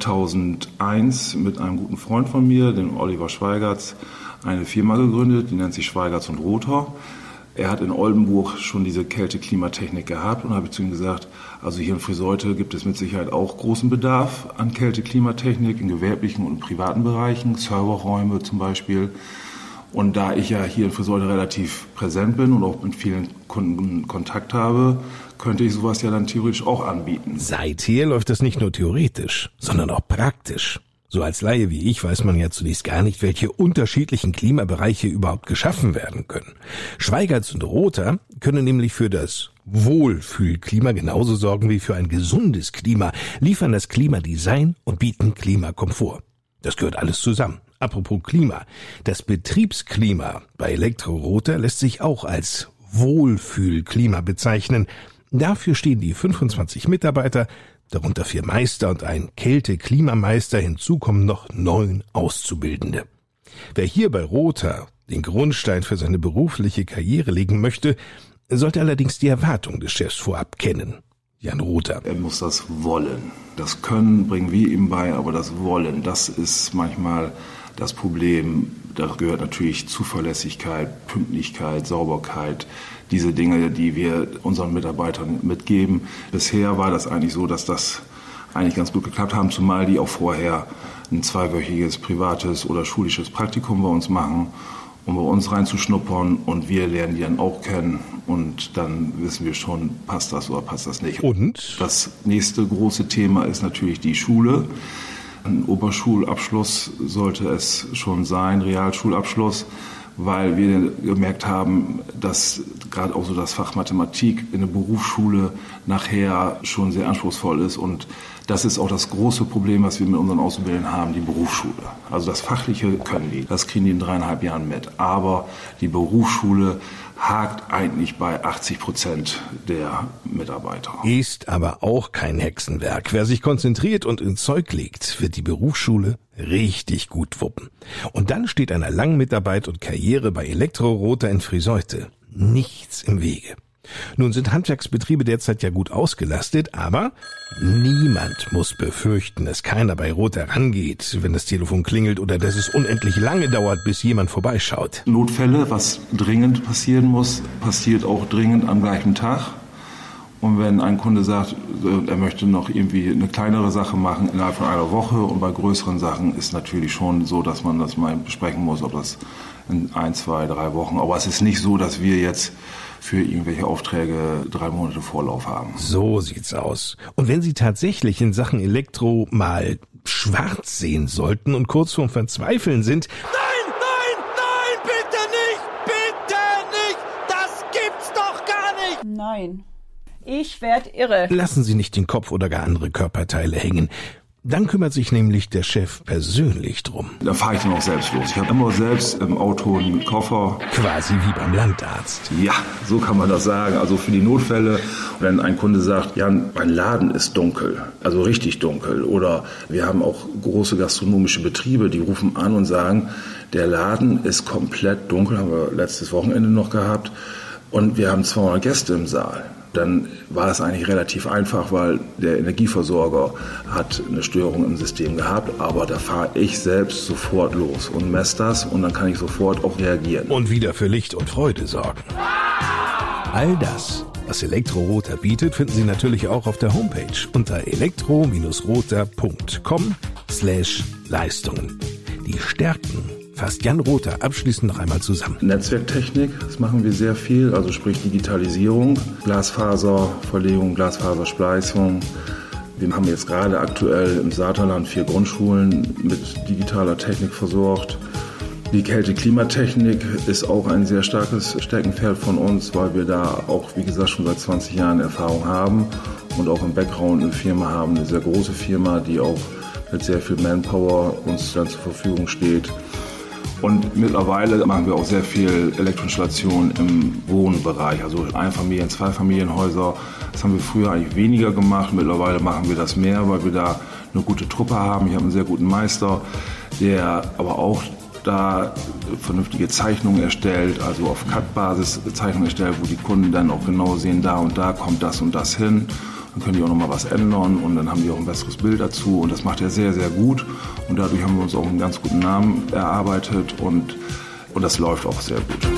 2001 mit einem guten Freund von mir, dem Oliver Schweigertz, eine Firma gegründet, die nennt sich Schweigertz und Rother. Er hat in Oldenburg schon diese Kälte-Klimatechnik gehabt und habe ich zu ihm gesagt, also hier in Friseute gibt es mit Sicherheit auch großen Bedarf an Kälte-Klimatechnik in gewerblichen und privaten Bereichen, Serverräume zum Beispiel. Und da ich ja hier in Friseute relativ präsent bin und auch mit vielen Kunden Kontakt habe, könnte ich sowas ja dann theoretisch auch anbieten. Seither läuft das nicht nur theoretisch, sondern auch praktisch. So als Laie wie ich weiß man ja zunächst gar nicht, welche unterschiedlichen Klimabereiche überhaupt geschaffen werden können. Schweigertz und Rother können nämlich für das Wohlfühlklima genauso sorgen wie für ein gesundes Klima, liefern das Klimadesign und bieten Klimakomfort. Das gehört alles zusammen. Apropos Klima. Das Betriebsklima bei Elektro-Rother lässt sich auch als Wohlfühlklima bezeichnen. Dafür stehen die 25 Mitarbeiter, darunter 4 Meister und ein Kälte-Klimameister, hinzu kommen noch 9 Auszubildende. Wer hier bei Rother den Grundstein für seine berufliche Karriere legen möchte, sollte allerdings die Erwartung des Chefs vorab kennen. Jan Rother. Er muss das wollen. Das Können bringen wir ihm bei, aber das Wollen, das ist manchmal das Problem. Da gehört natürlich Zuverlässigkeit, Pünktlichkeit, Sauberkeit, diese Dinge, die wir unseren Mitarbeitern mitgeben. Bisher war das eigentlich so, dass das eigentlich ganz gut geklappt haben, zumal die auch vorher ein 2-wöchiges privates oder schulisches Praktikum bei uns machen, um bei uns reinzuschnuppern, und wir lernen die dann auch kennen und dann wissen wir schon, passt das oder passt das nicht. Und? Das nächste große Thema ist natürlich die Schule. Ein Oberschulabschluss sollte es schon sein, Realschulabschluss, weil wir gemerkt haben, dass gerade auch so das Fach Mathematik in der Berufsschule nachher schon sehr anspruchsvoll ist, und das ist auch das große Problem, was wir mit unseren Auszubildenden haben, die Berufsschule. Also das Fachliche können die, das kriegen die in 3,5 Jahren mit, aber die Berufsschule hakt eigentlich bei 80% der Mitarbeiter. Ist aber auch kein Hexenwerk. Wer sich konzentriert und ins Zeug legt, wird die Berufsschule richtig gut wuppen. Und dann steht einer langen Mitarbeit und Karriere bei Elektro-Rother in Friseute nichts im Wege. Nun sind Handwerksbetriebe derzeit ja gut ausgelastet, aber niemand muss befürchten, dass keiner bei Rother rangeht, wenn das Telefon klingelt, oder dass es unendlich lange dauert, bis jemand vorbeischaut. Notfälle, was dringend passieren muss, passiert auch dringend am gleichen Tag. Und wenn ein Kunde sagt, er möchte noch irgendwie eine kleinere Sache machen innerhalb von einer Woche, und bei größeren Sachen ist natürlich schon so, dass man das mal besprechen muss, ob das in 1, 2, 3 Wochen, aber es ist nicht so, dass wir jetzt für irgendwelche Aufträge 3 Monate Vorlauf haben. So sieht's aus. Und wenn Sie tatsächlich in Sachen Elektro mal schwarz sehen sollten und kurz vorm Verzweifeln sind... Nein, nein, nein, bitte nicht, das gibt's doch gar nicht. Nein, ich werd irre. Lassen Sie nicht den Kopf oder gar andere Körperteile hängen. Dann kümmert sich nämlich der Chef persönlich drum. Da fahre ich dann auch selbst los. Ich habe immer selbst im Auto einen Koffer. Quasi wie beim Landarzt. Ja, so kann man das sagen. Also für die Notfälle, wenn ein Kunde sagt, Jan, mein Laden ist dunkel, also richtig dunkel. Oder wir haben auch große gastronomische Betriebe, die rufen an und sagen, der Laden ist komplett dunkel, haben wir letztes Wochenende noch gehabt. Und wir haben 200 Gäste im Saal. Dann war es eigentlich relativ einfach, weil der Energieversorger hat eine Störung im System gehabt, aber da fahre ich selbst sofort los und messe das, und dann kann ich sofort auch reagieren. Und wieder für Licht und Freude sorgen. All das, was Elektro-Rother bietet, finden Sie natürlich auch auf der Homepage unter elektro-rother.com/Leistungen. Die Stärken fasst Jan Rother abschließend noch einmal zusammen. Netzwerktechnik, das machen wir sehr viel, also sprich Digitalisierung, Glasfaserverlegung, Glasfaserspleißung. Wir haben jetzt gerade aktuell im Saterland 4 Grundschulen mit digitaler Technik versorgt. Die Kälte-Klimatechnik ist auch ein sehr starkes Steckenpferd von uns, weil wir da auch, wie gesagt, schon seit 20 Jahren Erfahrung haben und auch im Background eine Firma haben, eine sehr große Firma, die auch mit sehr viel Manpower uns dann zur Verfügung steht. Und mittlerweile machen wir auch sehr viel Elektroinstallation im Wohnbereich, also Einfamilien-, Zweifamilienhäuser. Das haben wir früher eigentlich weniger gemacht. Mittlerweile machen wir das mehr, weil wir da eine gute Truppe haben. Ich habe einen sehr guten Meister, der aber auch da vernünftige Zeichnungen erstellt, also auf Cut-Basis Zeichnungen erstellt, wo die Kunden dann auch genau sehen, da und da kommt das und das hin. Dann können die auch noch mal was ändern und dann haben die auch ein besseres Bild dazu und das macht er sehr, sehr gut und dadurch haben wir uns auch einen ganz guten Namen erarbeitet und das läuft auch sehr gut.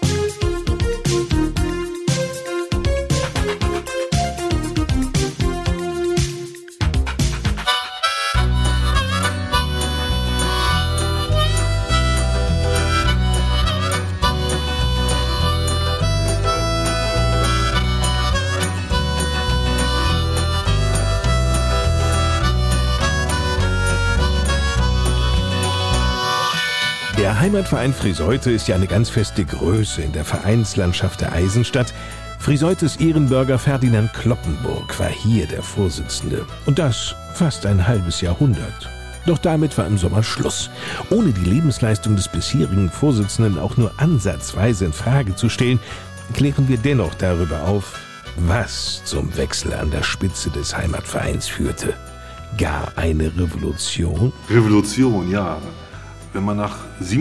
Der Heimatverein Friseute ist ja eine ganz feste Größe in der Vereinslandschaft der Eisenstadt. Friseutes Ehrenbürger Ferdinand Kloppenburg war hier der Vorsitzende. Und das fast ein halbes Jahrhundert. Doch damit war im Sommer Schluss. Ohne die Lebensleistung des bisherigen Vorsitzenden auch nur ansatzweise in Frage zu stellen, klären wir dennoch darüber auf, was zum Wechsel an der Spitze des Heimatvereins führte. Gar eine Revolution? Revolution, ja. Wenn man nach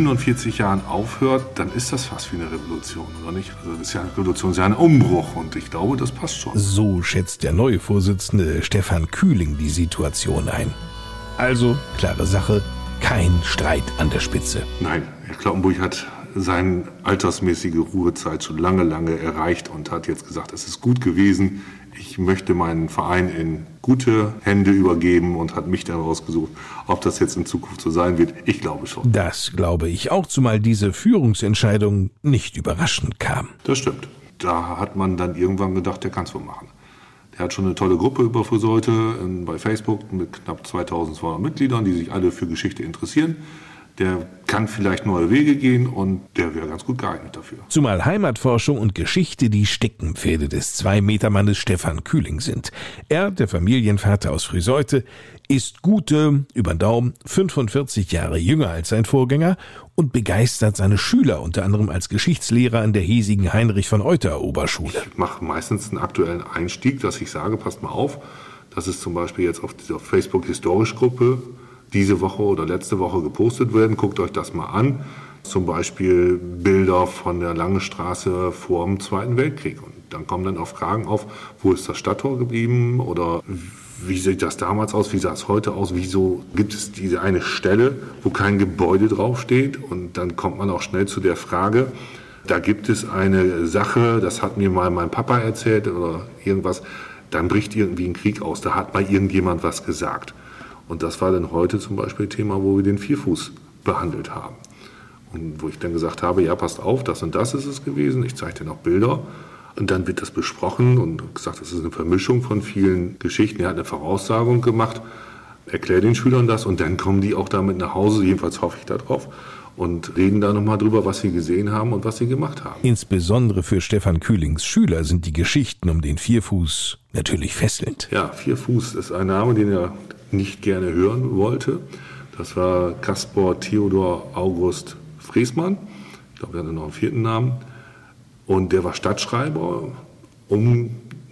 47 Jahren aufhört, dann ist das fast wie eine Revolution, oder nicht? Also das ist ja eine Revolution, das ist ja ein Umbruch und ich glaube, das passt schon. So schätzt der neue Vorsitzende Stefan Kühling die Situation ein. Also, klare Sache, kein Streit an der Spitze. Nein, Herr Kloppenburg hat seine altersmäßige Ruhezeit schon lange erreicht und hat jetzt gesagt, es ist gut gewesen. Ich möchte meinen Verein in gute Hände übergeben und hat mich dann rausgesucht. Ob das jetzt in Zukunft so sein wird, ich glaube schon. Das glaube ich auch, zumal diese Führungsentscheidung nicht überraschend kam. Das stimmt. Da hat man dann irgendwann gedacht, der kann es wohl machen. Der hat schon eine tolle Gruppe über Friseute bei Facebook mit knapp 2200 Mitgliedern, die sich alle für Geschichte interessieren. Der kann vielleicht neue Wege gehen und der wäre ganz gut geeignet dafür. Zumal Heimatforschung und Geschichte die Steckenpferde des 2-Meter-Mannes Stefan Kühling sind. Er, der Familienvater aus Friseute, ist gute, über den Daumen, 45 Jahre jünger als sein Vorgänger und begeistert seine Schüler, unter anderem als Geschichtslehrer an der hiesigen Heinrich-von-Euter-Oberschule. Ich mache meistens einen aktuellen Einstieg, dass ich sage, passt mal auf, das ist zum Beispiel jetzt auf dieser Facebook-Historisch-Gruppe diese Woche oder letzte Woche gepostet werden. Guckt euch das mal an. Zum Beispiel Bilder von der Langen Straße vor dem Zweiten Weltkrieg. Und dann kommen dann auch Fragen auf, wo ist das Stadttor geblieben oder wie sieht das damals aus, wie sah es heute aus, wieso gibt es diese eine Stelle, wo kein Gebäude draufsteht. Und dann kommt man auch schnell zu der Frage, da gibt es eine Sache, das hat mir mal mein Papa erzählt oder irgendwas, dann bricht irgendwie ein Krieg aus, da hat mal irgendjemand was gesagt. Und das war dann heute zum Beispiel Thema, wo wir den Vierfuß behandelt haben. Und wo ich dann gesagt habe, ja, passt auf, das und das ist es gewesen. Ich zeige dir noch Bilder. Und dann wird das besprochen und gesagt, das ist eine Vermischung von vielen Geschichten. Er hat eine Voraussagung gemacht, erklärt den Schülern das und dann kommen die auch damit nach Hause, jedenfalls hoffe ich darauf, und reden da nochmal drüber, was sie gesehen haben und was sie gemacht haben. Insbesondere für Stefan Kühlings Schüler sind die Geschichten um den Vierfuß natürlich fesselnd. Ja, Vierfuß ist ein Name, den er nicht gerne hören wollte. Das war Caspar Theodor August Friesmann. Ich glaube, er hatte noch einen vierten Namen. Und der war Stadtschreiber um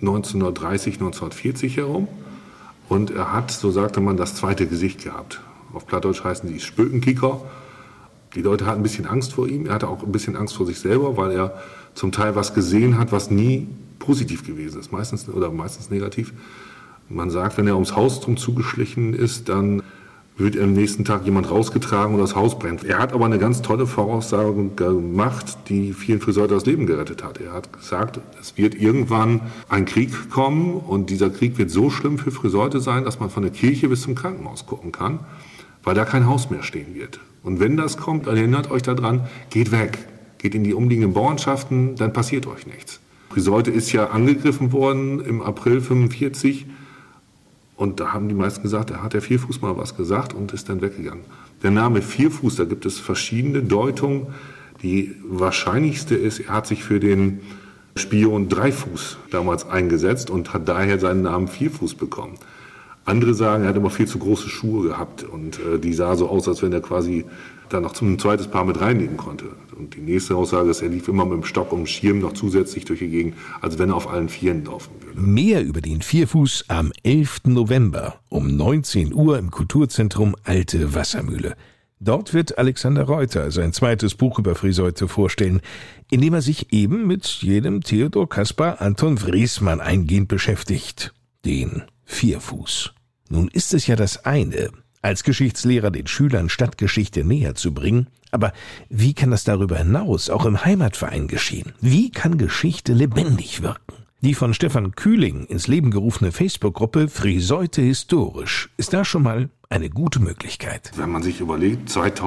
1930, 1940 herum. Und er hat, so sagte man, das zweite Gesicht gehabt. Auf Plattdeutsch heißen die Spökenkicker. Die Leute hatten ein bisschen Angst vor ihm. Er hatte auch ein bisschen Angst vor sich selber, weil er zum Teil was gesehen hat, was nie positiv gewesen ist. Meistens negativ. Man sagt, wenn er ums Haus drum zugeschlichen ist, dann wird am nächsten Tag jemand rausgetragen und das Haus brennt. Er hat aber eine ganz tolle Voraussage gemacht, die vielen Friseuten das Leben gerettet hat. Er hat gesagt, es wird irgendwann ein Krieg kommen und dieser Krieg wird so schlimm für Friseute sein, dass man von der Kirche bis zum Krankenhaus gucken kann, weil da kein Haus mehr stehen wird. Und wenn das kommt, dann erinnert euch daran, geht weg, geht in die umliegenden Bauernschaften, dann passiert euch nichts. Friseute ist ja angegriffen worden im April 1945. Und da haben die meisten gesagt, da hat der Vierfuß mal was gesagt und ist dann weggegangen. Der Name Vierfuß, da gibt es verschiedene Deutungen. Die wahrscheinlichste ist, er hat sich für den Spion Dreifuß damals eingesetzt und hat daher seinen Namen Vierfuß bekommen. Andere sagen, er hat immer viel zu große Schuhe gehabt und die sah so aus, als wenn er quasi da noch zum zweites Paar mit reinnehmen konnte. Und die nächste Aussage ist, er lief immer mit dem Stock und dem Schirm noch zusätzlich durch die Gegend, als wenn er auf allen Vieren laufen würde. Mehr über den Vierfuß am 11. November um 19 Uhr im Kulturzentrum Alte Wassermühle. Dort wird Alexander Reuter sein zweites Buch über Friseute vorstellen, in dem er sich eben mit jedem Theodor Caspar Anton Wrießmann eingehend beschäftigt. Den Vierfuß. Nun ist es ja das eine, als Geschichtslehrer den Schülern Stadtgeschichte näher zu bringen, aber wie kann das darüber hinaus auch im Heimatverein geschehen? Wie kann Geschichte lebendig wirken? Die von Stefan Kühling ins Leben gerufene Facebook-Gruppe Friseute historisch ist da schon mal eine gute Möglichkeit. Wenn man sich überlegt,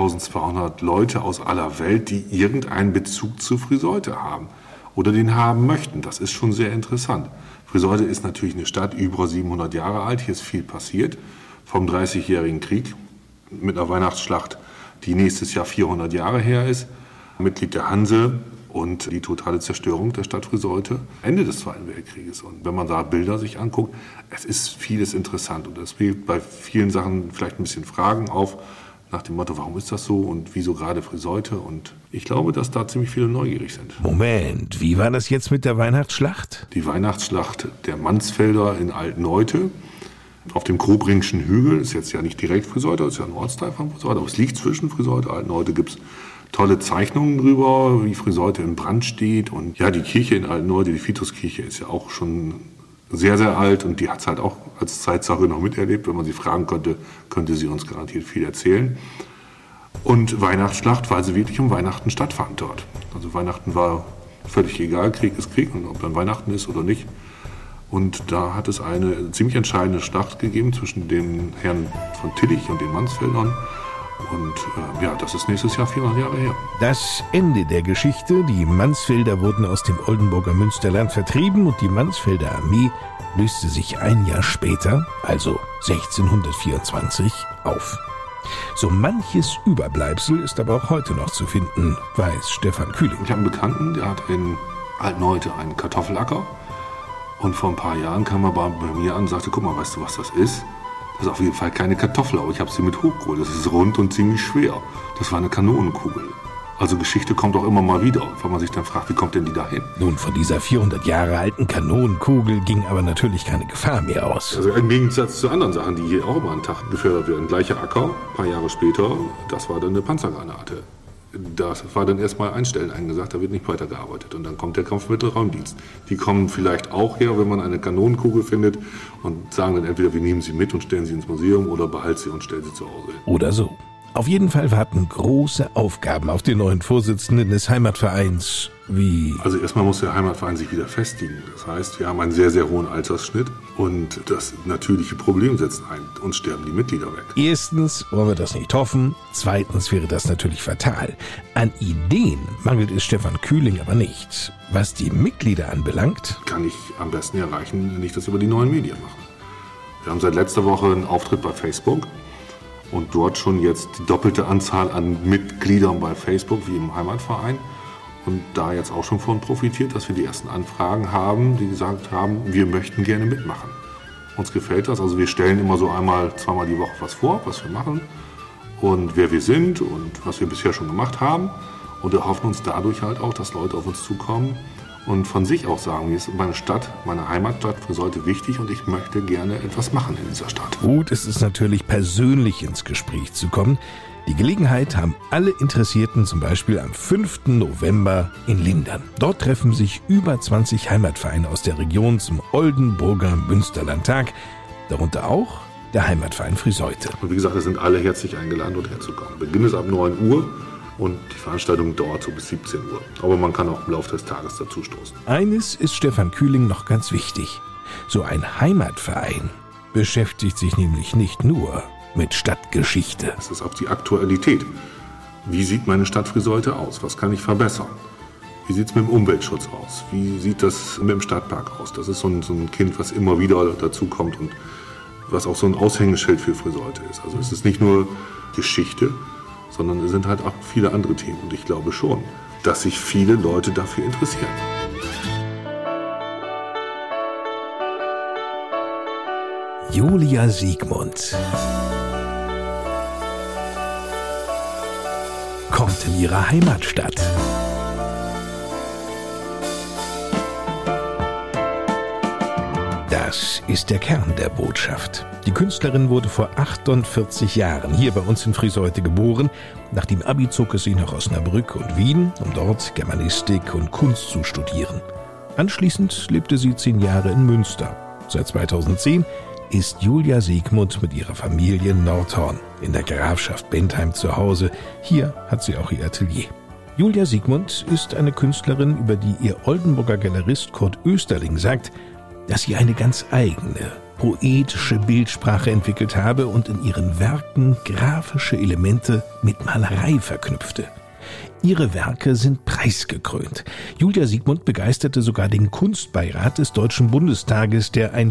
2200 Leute aus aller Welt, die irgendeinen Bezug zu Friseute haben oder den haben möchten, das ist schon sehr interessant. Friseute ist natürlich eine Stadt, über 700 Jahre alt, hier ist viel passiert, vom 30-jährigen Krieg mit einer Weihnachtsschlacht, die nächstes Jahr 400 Jahre her ist, Mitglied der Hanse und die totale Zerstörung der Stadt Friseute, Ende des Zweiten Weltkrieges. Und wenn man da Bilder sich anguckt, es ist vieles interessant und es wirft bei vielen Sachen vielleicht ein bisschen Fragen auf, nach dem Motto, warum ist das so und wieso gerade Friseute? Und ich glaube, dass da ziemlich viele neugierig sind. Moment, wie war das jetzt mit der Weihnachtsschlacht? Die Weihnachtsschlacht der Mansfelder in Altneute auf dem Krobringschen Hügel, ist jetzt ja nicht direkt Friseute, ist ja ein Ortsteil von Friseute, aber es liegt zwischen Friseute und Altneute, gibt es tolle Zeichnungen drüber, wie Friseute in Brand steht. Und ja, die Kirche in Altneute, die Vituskirche, ist ja auch schon sehr, sehr alt und die hat es halt auch als Zeitsache noch miterlebt. Wenn man sie fragen könnte, könnte sie uns garantiert viel erzählen. Und Weihnachtsschlacht, weil sie wirklich um Weihnachten stattfand dort. Also Weihnachten war völlig egal, Krieg ist Krieg und ob dann Weihnachten ist oder nicht. Und da hat es eine ziemlich entscheidende Schlacht gegeben zwischen den Herren von Tillich und den Mansfeldern. Und ja, das ist nächstes Jahr 400 Jahre her. Das Ende der Geschichte. Die Mansfelder wurden aus dem Oldenburger Münsterland vertrieben und die Mansfelder Armee löste sich ein Jahr später, also 1624, auf. So manches Überbleibsel ist aber auch heute noch zu finden, weiß Stefan Kühling. Ich habe einen Bekannten, der hat in Altneute einen Kartoffelacker. Und vor ein paar Jahren kam er bei mir an und sagte, guck mal, weißt du, was das ist? Das ist auf jeden Fall keine Kartoffel, aber ich habe sie mit hochgeholt. Das ist rund und ziemlich schwer. Das war eine Kanonenkugel. Also Geschichte kommt auch immer mal wieder, weil man sich dann fragt, wie kommt denn die dahin? Nun, von dieser 400 Jahre alten Kanonenkugel ging aber natürlich keine Gefahr mehr aus. Also im Gegensatz zu anderen Sachen, die hier auch immer an den Tag gefördert werden. Gleicher Acker, ein paar Jahre später, das war dann eine Panzergranate. Das war dann erstmal einstellen eingesagt, da wird nicht weitergearbeitet. Und dann kommt der Kampf mit dem Raumdienst. Die kommen vielleicht auch her, wenn man eine Kanonenkugel findet und sagen dann entweder, wir nehmen sie mit und stellen sie ins Museum oder behalten sie und stellen sie zu Hause hin. Oder so. Auf jeden Fall warten große Aufgaben auf den neuen Vorsitzenden des Heimatvereins, wie... Also erstmal muss der Heimatverein sich wieder festigen. Das heißt, wir haben einen sehr, sehr hohen Altersschnitt und das natürliche Problem setzt ein. Uns sterben die Mitglieder weg. Erstens wollen wir das nicht hoffen. Zweitens wäre das natürlich fatal. An Ideen mangelt es Stefan Kühling aber nicht. Was die Mitglieder anbelangt... Kann ich am besten erreichen, wenn ich das über die neuen Medien mache. Wir haben seit letzter Woche einen Auftritt bei Facebook. Und dort schon jetzt die doppelte Anzahl an Mitgliedern bei Facebook wie im Heimatverein. Und da jetzt auch schon von profitiert, dass wir die ersten Anfragen haben, die gesagt haben, wir möchten gerne mitmachen. Uns gefällt das. Also wir stellen immer so zweimal die Woche was vor, was wir machen und wer wir sind und was wir bisher schon gemacht haben. Und erhoffen uns dadurch halt auch, dass Leute auf uns zukommen und von sich auch sagen, mir ist meine Stadt, meine Heimatstadt Friseute wichtig und ich möchte gerne etwas machen in dieser Stadt. Gut ist es natürlich, persönlich ins Gespräch zu kommen. Die Gelegenheit haben alle Interessierten zum Beispiel am 5. November in Lindern. Dort treffen sich über 20 Heimatvereine aus der Region zum Oldenburger Münsterlandtag, darunter auch der Heimatverein Friseute. Und wie gesagt, es sind alle herzlich eingeladen, dort herzukommen. Beginn ist ab 9 Uhr. Und die Veranstaltung dauert so bis 17 Uhr. Aber man kann auch im Laufe des Tages dazu stoßen. Eines ist Stefan Kühling noch ganz wichtig. So ein Heimatverein beschäftigt sich nämlich nicht nur mit Stadtgeschichte. Es ist auch die Aktualität. Wie sieht meine Stadt Friseute aus? Was kann ich verbessern? Wie sieht es mit dem Umweltschutz aus? Wie sieht das mit dem Stadtpark aus? Das ist so ein Kind, was immer wieder dazu kommt und was auch so ein Aushängeschild für Friseute ist. Also es ist nicht nur Geschichte, sondern es sind halt auch viele andere Themen. Und ich glaube schon, dass sich viele Leute dafür interessieren. Julia Siegmund kommt in ihre Heimatstadt. Das ist der Kern der Botschaft. Die Künstlerin wurde vor 48 Jahren hier bei uns in Friseute geboren. Nach dem Abi zog es sie nach Osnabrück und Wien, um dort Germanistik und Kunst zu studieren. Anschließend lebte sie 10 Jahre in Münster. Seit 2010 ist Julia Siegmund mit ihrer Familie in Nordhorn in der Grafschaft Bentheim zu Hause. Hier hat sie auch ihr Atelier. Julia Siegmund ist eine Künstlerin, über die ihr Oldenburger Galerist Kurt Österling sagt, dass sie eine ganz eigene, poetische Bildsprache entwickelt habe und in ihren Werken grafische Elemente mit Malerei verknüpfte. Ihre Werke sind preisgekrönt. Julia Siegmund begeisterte sogar den Kunstbeirat des Deutschen Bundestages, der ein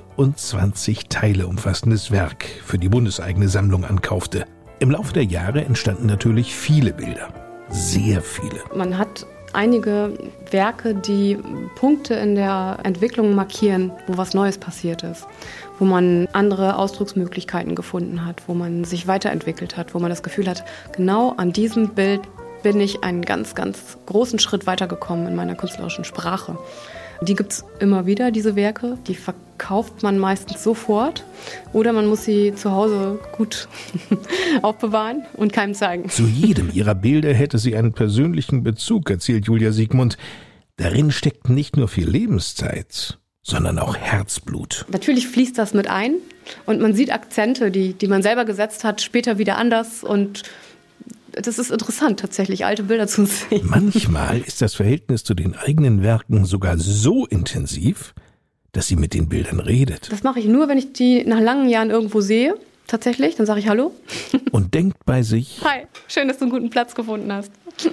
24 Teile umfassendes Werk für die bundeseigene Sammlung ankaufte. Im Laufe der Jahre entstanden natürlich viele Bilder. Sehr viele. Man hat einige Werke, die Punkte in der Entwicklung markieren, wo was Neues passiert ist, wo man andere Ausdrucksmöglichkeiten gefunden hat, wo man sich weiterentwickelt hat, wo man das Gefühl hat, genau an diesem Bild bin ich einen ganz, ganz großen Schritt weitergekommen in meiner künstlerischen Sprache. Die gibt es immer wieder, diese Werke. Die verkauft man meistens sofort oder man muss sie zu Hause gut aufbewahren und keinem zeigen. Zu jedem ihrer Bilder hätte sie einen persönlichen Bezug, erzählt Julia Siegmund. Darin steckt nicht nur viel Lebenszeit, sondern auch Herzblut. Natürlich fließt das mit ein und man sieht Akzente, die man selber gesetzt hat, später wieder anders und das ist interessant, tatsächlich alte Bilder zu sehen. Manchmal ist das Verhältnis zu den eigenen Werken sogar so intensiv, dass sie mit den Bildern redet. Das mache ich nur, wenn ich die nach langen Jahren irgendwo sehe. Tatsächlich, dann sage ich Hallo. Und denkt bei sich: Hi, schön, dass du einen guten Platz gefunden hast.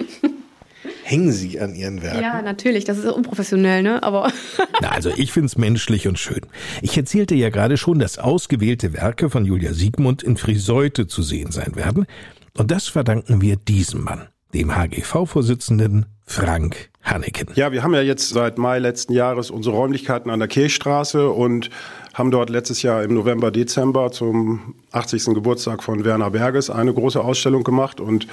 Hängen Sie an Ihren Werken? Ja, natürlich, das ist unprofessionell, ne? Aber Na, also ich find's menschlich und schön. Ich erzählte ja gerade schon, dass ausgewählte Werke von Julia Siegmund in Friseute zu sehen sein werden. Und das verdanken wir diesem Mann, dem HGV-Vorsitzenden Frank Hanneken. Ja, wir haben ja jetzt seit Mai letzten Jahres unsere Räumlichkeiten an der Kirchstraße und haben dort letztes Jahr im November, Dezember zum 80. Geburtstag von Werner Berges eine große Ausstellung gemacht. Und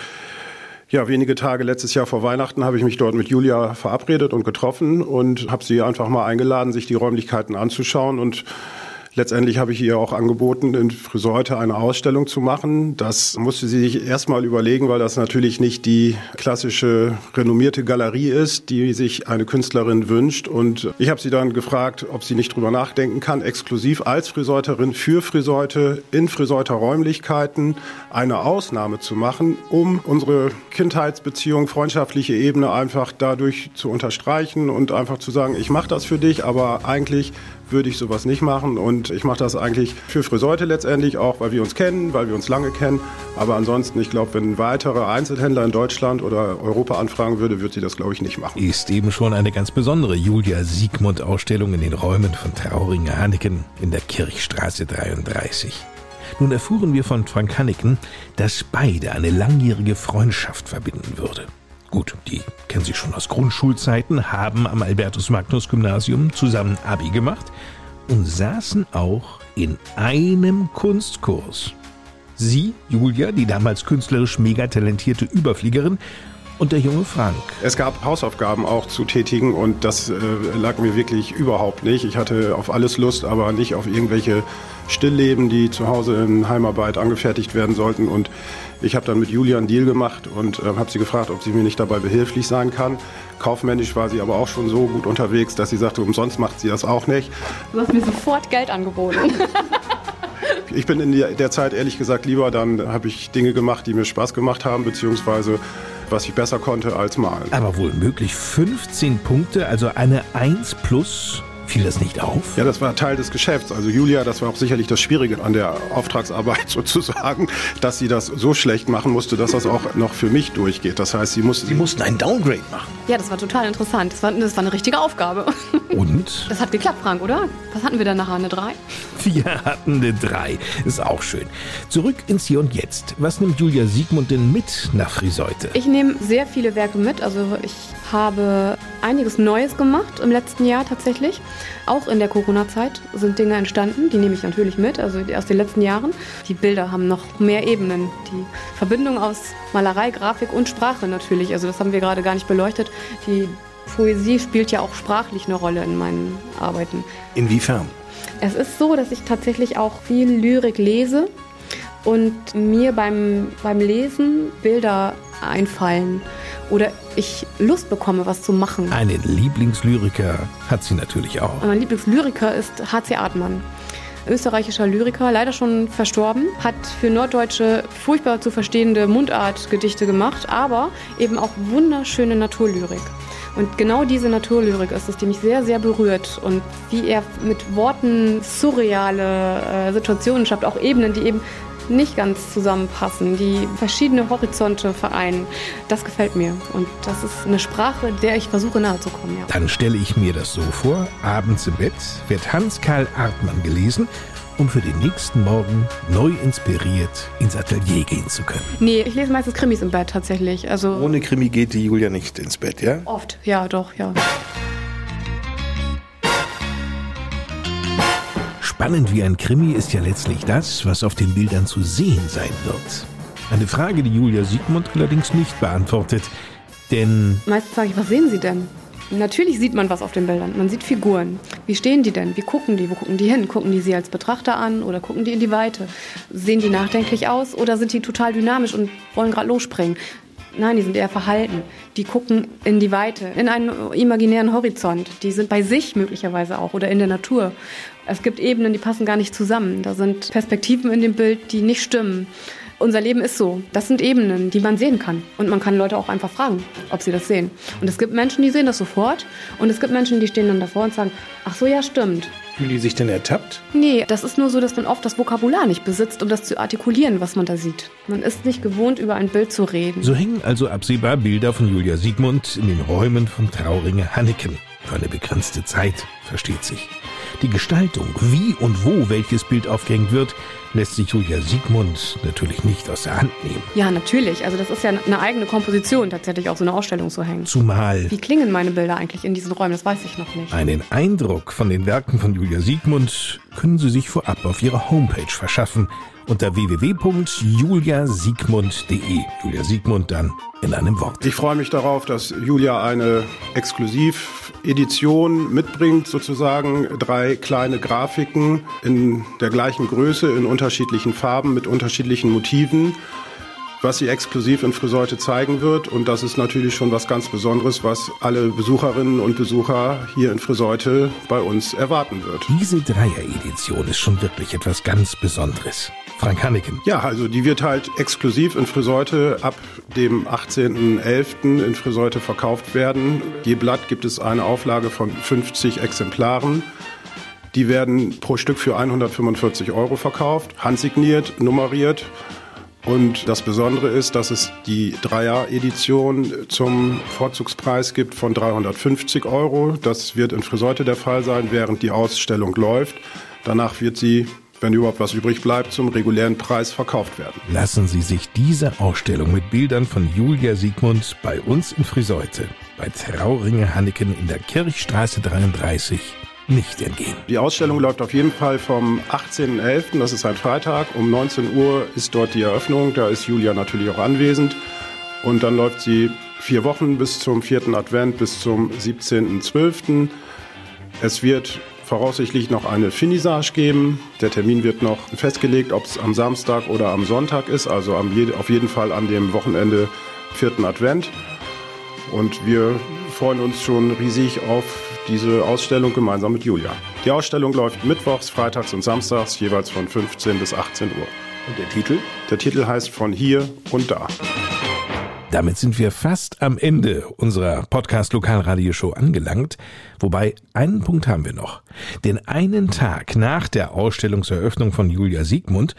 ja, wenige Tage letztes Jahr vor Weihnachten habe ich mich dort mit Julia verabredet und getroffen und habe sie einfach mal eingeladen, sich die Räumlichkeiten anzuschauen. Und letztendlich habe ich ihr auch angeboten, in Friseute eine Ausstellung zu machen. Das musste sie sich erstmal überlegen, weil das natürlich nicht die klassische renommierte Galerie ist, die sich eine Künstlerin wünscht. Und ich habe sie dann gefragt, ob sie nicht drüber nachdenken kann, exklusiv als Friseuterin für Friseute in Friseuter Räumlichkeiten eine Ausnahme zu machen, um unsere Kindheitsbeziehung, freundschaftliche Ebene einfach dadurch zu unterstreichen und einfach zu sagen, ich mache das für dich, aber eigentlich würde ich sowas nicht machen und ich mache das eigentlich für Friseute letztendlich auch, weil wir uns kennen, weil wir uns lange kennen. Aber ansonsten, ich glaube, wenn weitere Einzelhändler in Deutschland oder Europa anfragen würde sie das, glaube ich, nicht machen. Ist eben schon eine ganz besondere Julia Siegmund-Ausstellung in den Räumen von Trauringer Hanneken in der Kirchstraße 33. Nun erfuhren wir von Frank Hanneken, dass beide eine langjährige Freundschaft verbinden würde. Gut, die kennen sich schon aus Grundschulzeiten, haben am Albertus-Magnus-Gymnasium zusammen Abi gemacht und saßen auch in einem Kunstkurs. Sie, Julia, die damals künstlerisch mega talentierte Überfliegerin, und der junge Frank. Es gab Hausaufgaben auch zu tätigen und das lag mir wirklich überhaupt nicht. Ich hatte auf alles Lust, aber nicht auf irgendwelche Stillleben, die zu Hause in Heimarbeit angefertigt werden sollten. Und ich habe dann mit Julia einen Deal gemacht und habe sie gefragt, ob sie mir nicht dabei behilflich sein kann. Kaufmännisch war sie aber auch schon so gut unterwegs, dass sie sagte, umsonst macht sie das auch nicht. Du hast mir sofort Geld angeboten. Ich bin in der Zeit ehrlich gesagt lieber, dann habe ich Dinge gemacht, die mir Spaß gemacht haben, beziehungsweise was ich besser konnte als malen. Aber wohl möglich 15 Punkte, also eine 1+. Fiel das nicht auf? Ja, das war Teil des Geschäfts. Also Julia, das war auch sicherlich das Schwierige an der Auftragsarbeit sozusagen, dass sie das so schlecht machen musste, dass das auch noch für mich durchgeht. Das heißt, sie mussten einen Downgrade machen. Ja, das war total interessant. Das war eine richtige Aufgabe. Und? Das hat geklappt, Frank, oder? Was hatten wir dann nachher? Eine 3? Wir hatten eine 3. Ist auch schön. Zurück ins Hier und Jetzt. Was nimmt Julia Siegmund denn mit nach Friseute? Ich nehme sehr viele Werke mit. Also ich habe einiges Neues gemacht im letzten Jahr tatsächlich. Auch in der Corona-Zeit sind Dinge entstanden. Die nehme ich natürlich mit, also aus den letzten Jahren. Die Bilder haben noch mehr Ebenen. Die Verbindung aus Malerei, Grafik und Sprache natürlich. Also das haben wir gerade gar nicht beleuchtet. Die Poesie spielt ja auch sprachlich eine Rolle in meinen Arbeiten. Inwiefern? Es ist so, dass ich tatsächlich auch viel Lyrik lese und mir beim Lesen Bilder einfallen oder ich Lust bekomme, was zu machen. Einen Lieblingslyriker hat sie natürlich auch. Mein Lieblingslyriker ist H.C. Artmann. Österreichischer Lyriker, leider schon verstorben, hat für Norddeutsche furchtbar zu verstehende Mundartgedichte gemacht, aber eben auch wunderschöne Naturlyrik. Und genau diese Naturlyrik ist es, die mich sehr, sehr berührt. Und wie er mit Worten surreale Situationen schafft, auch Ebenen, die eben nicht ganz zusammenpassen, die verschiedene Horizonte vereinen. Das gefällt mir. Und das ist eine Sprache, der ich versuche nahe zu kommen. Ja. Dann stelle ich mir das so vor, abends im Bett wird Hans-Karl Artmann gelesen, um für den nächsten Morgen neu inspiriert ins Atelier gehen zu können. Nee, ich lese meistens Krimis im Bett tatsächlich. Also ohne Krimi geht die Julia nicht ins Bett, ja? Oft, ja, doch, ja. Spannend wie ein Krimi ist ja letztlich das, was auf den Bildern zu sehen sein wird. Eine Frage, die Julia Siegmund allerdings nicht beantwortet, denn... Meistens sage ich, was sehen Sie denn? Natürlich sieht man was auf den Bildern. Man sieht Figuren. Wie stehen die denn? Wie gucken die? Wo gucken die hin? Gucken die sie als Betrachter an oder gucken die in die Weite? Sehen die nachdenklich aus oder sind die total dynamisch und wollen gerade losspringen? Nein, die sind eher verhalten. Die gucken in die Weite, in einen imaginären Horizont. Die sind bei sich möglicherweise auch oder in der Natur. Es gibt Ebenen, die passen gar nicht zusammen. Da sind Perspektiven in dem Bild, die nicht stimmen. Unser Leben ist so. Das sind Ebenen, die man sehen kann. Und man kann Leute auch einfach fragen, ob sie das sehen. Und es gibt Menschen, die sehen das sofort. Und es gibt Menschen, die stehen dann davor und sagen, ach so, ja, stimmt. Fühlen die sich denn ertappt? Nee, das ist nur so, dass man oft das Vokabular nicht besitzt, um das zu artikulieren, was man da sieht. Man ist nicht gewohnt, über ein Bild zu reden. So hängen also absehbar Bilder von Julia Siegmund in den Räumen von Trauringe-Hanneken. Für eine begrenzte Zeit, versteht sich. Die Gestaltung, wie und wo welches Bild aufgehängt wird, lässt sich Julia Siegmund natürlich nicht aus der Hand nehmen. Ja, natürlich. Also das ist ja eine eigene Komposition, tatsächlich auch so eine Ausstellung zu hängen. Zumal... Wie klingen meine Bilder eigentlich in diesen Räumen? Das weiß ich noch nicht. Einen Eindruck von den Werken von Julia Siegmund können Sie sich vorab auf ihrer Homepage verschaffen unter www.juliasiegmund.de. Julia Siegmund dann in einem Wort. Ich freue mich darauf, dass Julia eine Exklusivedition mitbringt, sozusagen 3 kleine Grafiken in der gleichen Größe, in unterschiedlichen Farben, mit unterschiedlichen Motiven, was sie exklusiv in Friseute zeigen wird. Und das ist natürlich schon was ganz Besonderes, was alle Besucherinnen und Besucher hier in Friseute bei uns erwarten wird. Diese Dreier-Edition ist schon wirklich etwas ganz Besonderes. Frank Hanneken. Ja, also die wird halt exklusiv in Friseute ab dem 18.11. in Friseute verkauft werden. Je Blatt gibt es eine Auflage von 50 Exemplaren. Die werden pro Stück für 145 € verkauft, handsigniert, nummeriert. Und das Besondere ist, dass es die Dreier-Edition zum Vorzugspreis gibt von 350 €. Das wird in Friseute der Fall sein, während die Ausstellung läuft. Danach wird sie, wenn überhaupt was übrig bleibt, zum regulären Preis verkauft werden. Lassen Sie sich diese Ausstellung mit Bildern von Julia Siegmund bei uns in Friseute, bei Trauringe-Hanneken in der Kirchstraße 33, nicht entgehen. Die Ausstellung läuft auf jeden Fall vom 18.11., das ist ein Freitag, um 19 Uhr ist dort die Eröffnung, da ist Julia natürlich auch anwesend und dann läuft sie 4 Wochen bis zum 4. Advent, bis zum 17.12. Es wird voraussichtlich noch eine Finissage geben. Der Termin wird noch festgelegt, ob es am Samstag oder am Sonntag ist, also auf jeden Fall an dem Wochenende 4. Advent. Und wir freuen uns schon riesig auf diese Ausstellung gemeinsam mit Julia. Die Ausstellung läuft mittwochs, freitags und samstags, jeweils von 15 bis 18 Uhr. Und der Titel? Der Titel heißt Von hier und da. Damit sind wir fast am Ende unserer Podcast-Lokalradioshow angelangt. Wobei, einen Punkt haben wir noch. Denn einen Tag nach der Ausstellungseröffnung von Julia Siegmund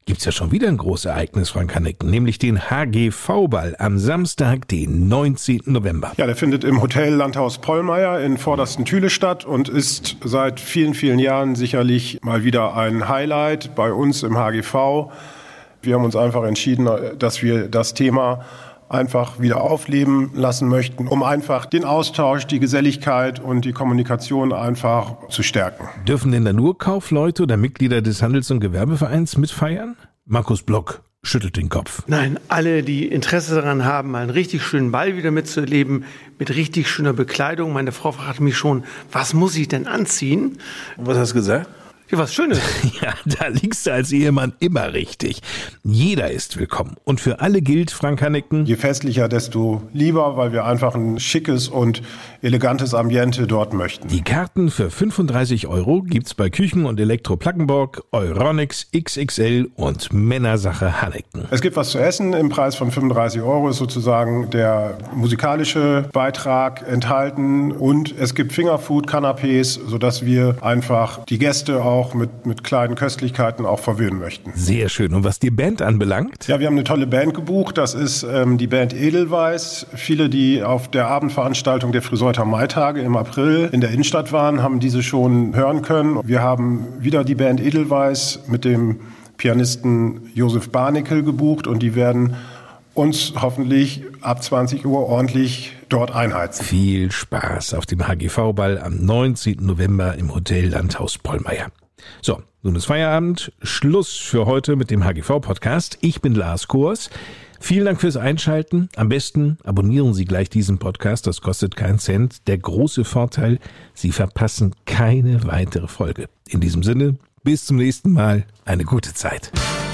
gibt's ja schon wieder ein großes Ereignis, Frank Hannecken, nämlich den HGV-Ball am Samstag, den 19. November. Ja, der findet im Hotel Landhaus Pollmeyer in Vordersten Thüle statt und ist seit vielen, vielen Jahren sicherlich mal wieder ein Highlight bei uns im HGV. Wir haben uns einfach entschieden, dass wir das Thema einfach wieder aufleben lassen möchten, um einfach den Austausch, die Geselligkeit und die Kommunikation einfach zu stärken. Dürfen denn da nur Kaufleute oder Mitglieder des Handels- und Gewerbevereins mitfeiern? Markus Block schüttelt den Kopf. Nein, alle, die Interesse daran haben, mal einen richtig schönen Ball wieder mitzuerleben, mit richtig schöner Bekleidung. Meine Frau fragt mich schon, was muss ich denn anziehen? Und was hast du gesagt? Ja, was Schönes. Ja, da liegst du als Ehemann immer richtig. Jeder ist willkommen. Und für alle gilt, Frank Hannecken: Je festlicher, desto lieber, weil wir einfach ein schickes und elegantes Ambiente dort möchten. Die Karten für 35 € gibt's bei Küchen und Elektro Plackenborg, Euronics XXL und Männersache Hannecken. Es gibt was zu essen. Im Preis von 35 € ist sozusagen der musikalische Beitrag enthalten. Und es gibt Fingerfood, Canapés, sodass wir einfach die Gäste auch mit kleinen Köstlichkeiten auch verwöhnen möchten. Sehr schön. Und was die Band anbelangt? Ja, wir haben eine tolle Band gebucht. Das ist die Band Edelweiss. Viele, die auf der Abendveranstaltung der Friseurter Maitage im April in der Innenstadt waren, haben diese schon hören können. Wir haben wieder die Band Edelweiss mit dem Pianisten Josef Barnickel gebucht und die werden uns hoffentlich ab 20 Uhr ordentlich dort einheizen. Viel Spaß auf dem HGV-Ball am 19. November im Hotel Landhaus Pollmeyer. So, nun ist Feierabend. Schluss für heute mit dem HGV-Podcast. Ich bin Lars Kors. Vielen Dank fürs Einschalten. Am besten abonnieren Sie gleich diesen Podcast. Das kostet keinen Cent. Der große Vorteil, Sie verpassen keine weitere Folge. In diesem Sinne, bis zum nächsten Mal. Eine gute Zeit.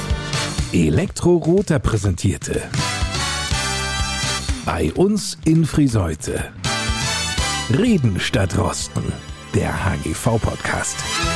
Elektro-Roter präsentierte bei uns in Friseute Reden statt Rosten, der HGV-Podcast.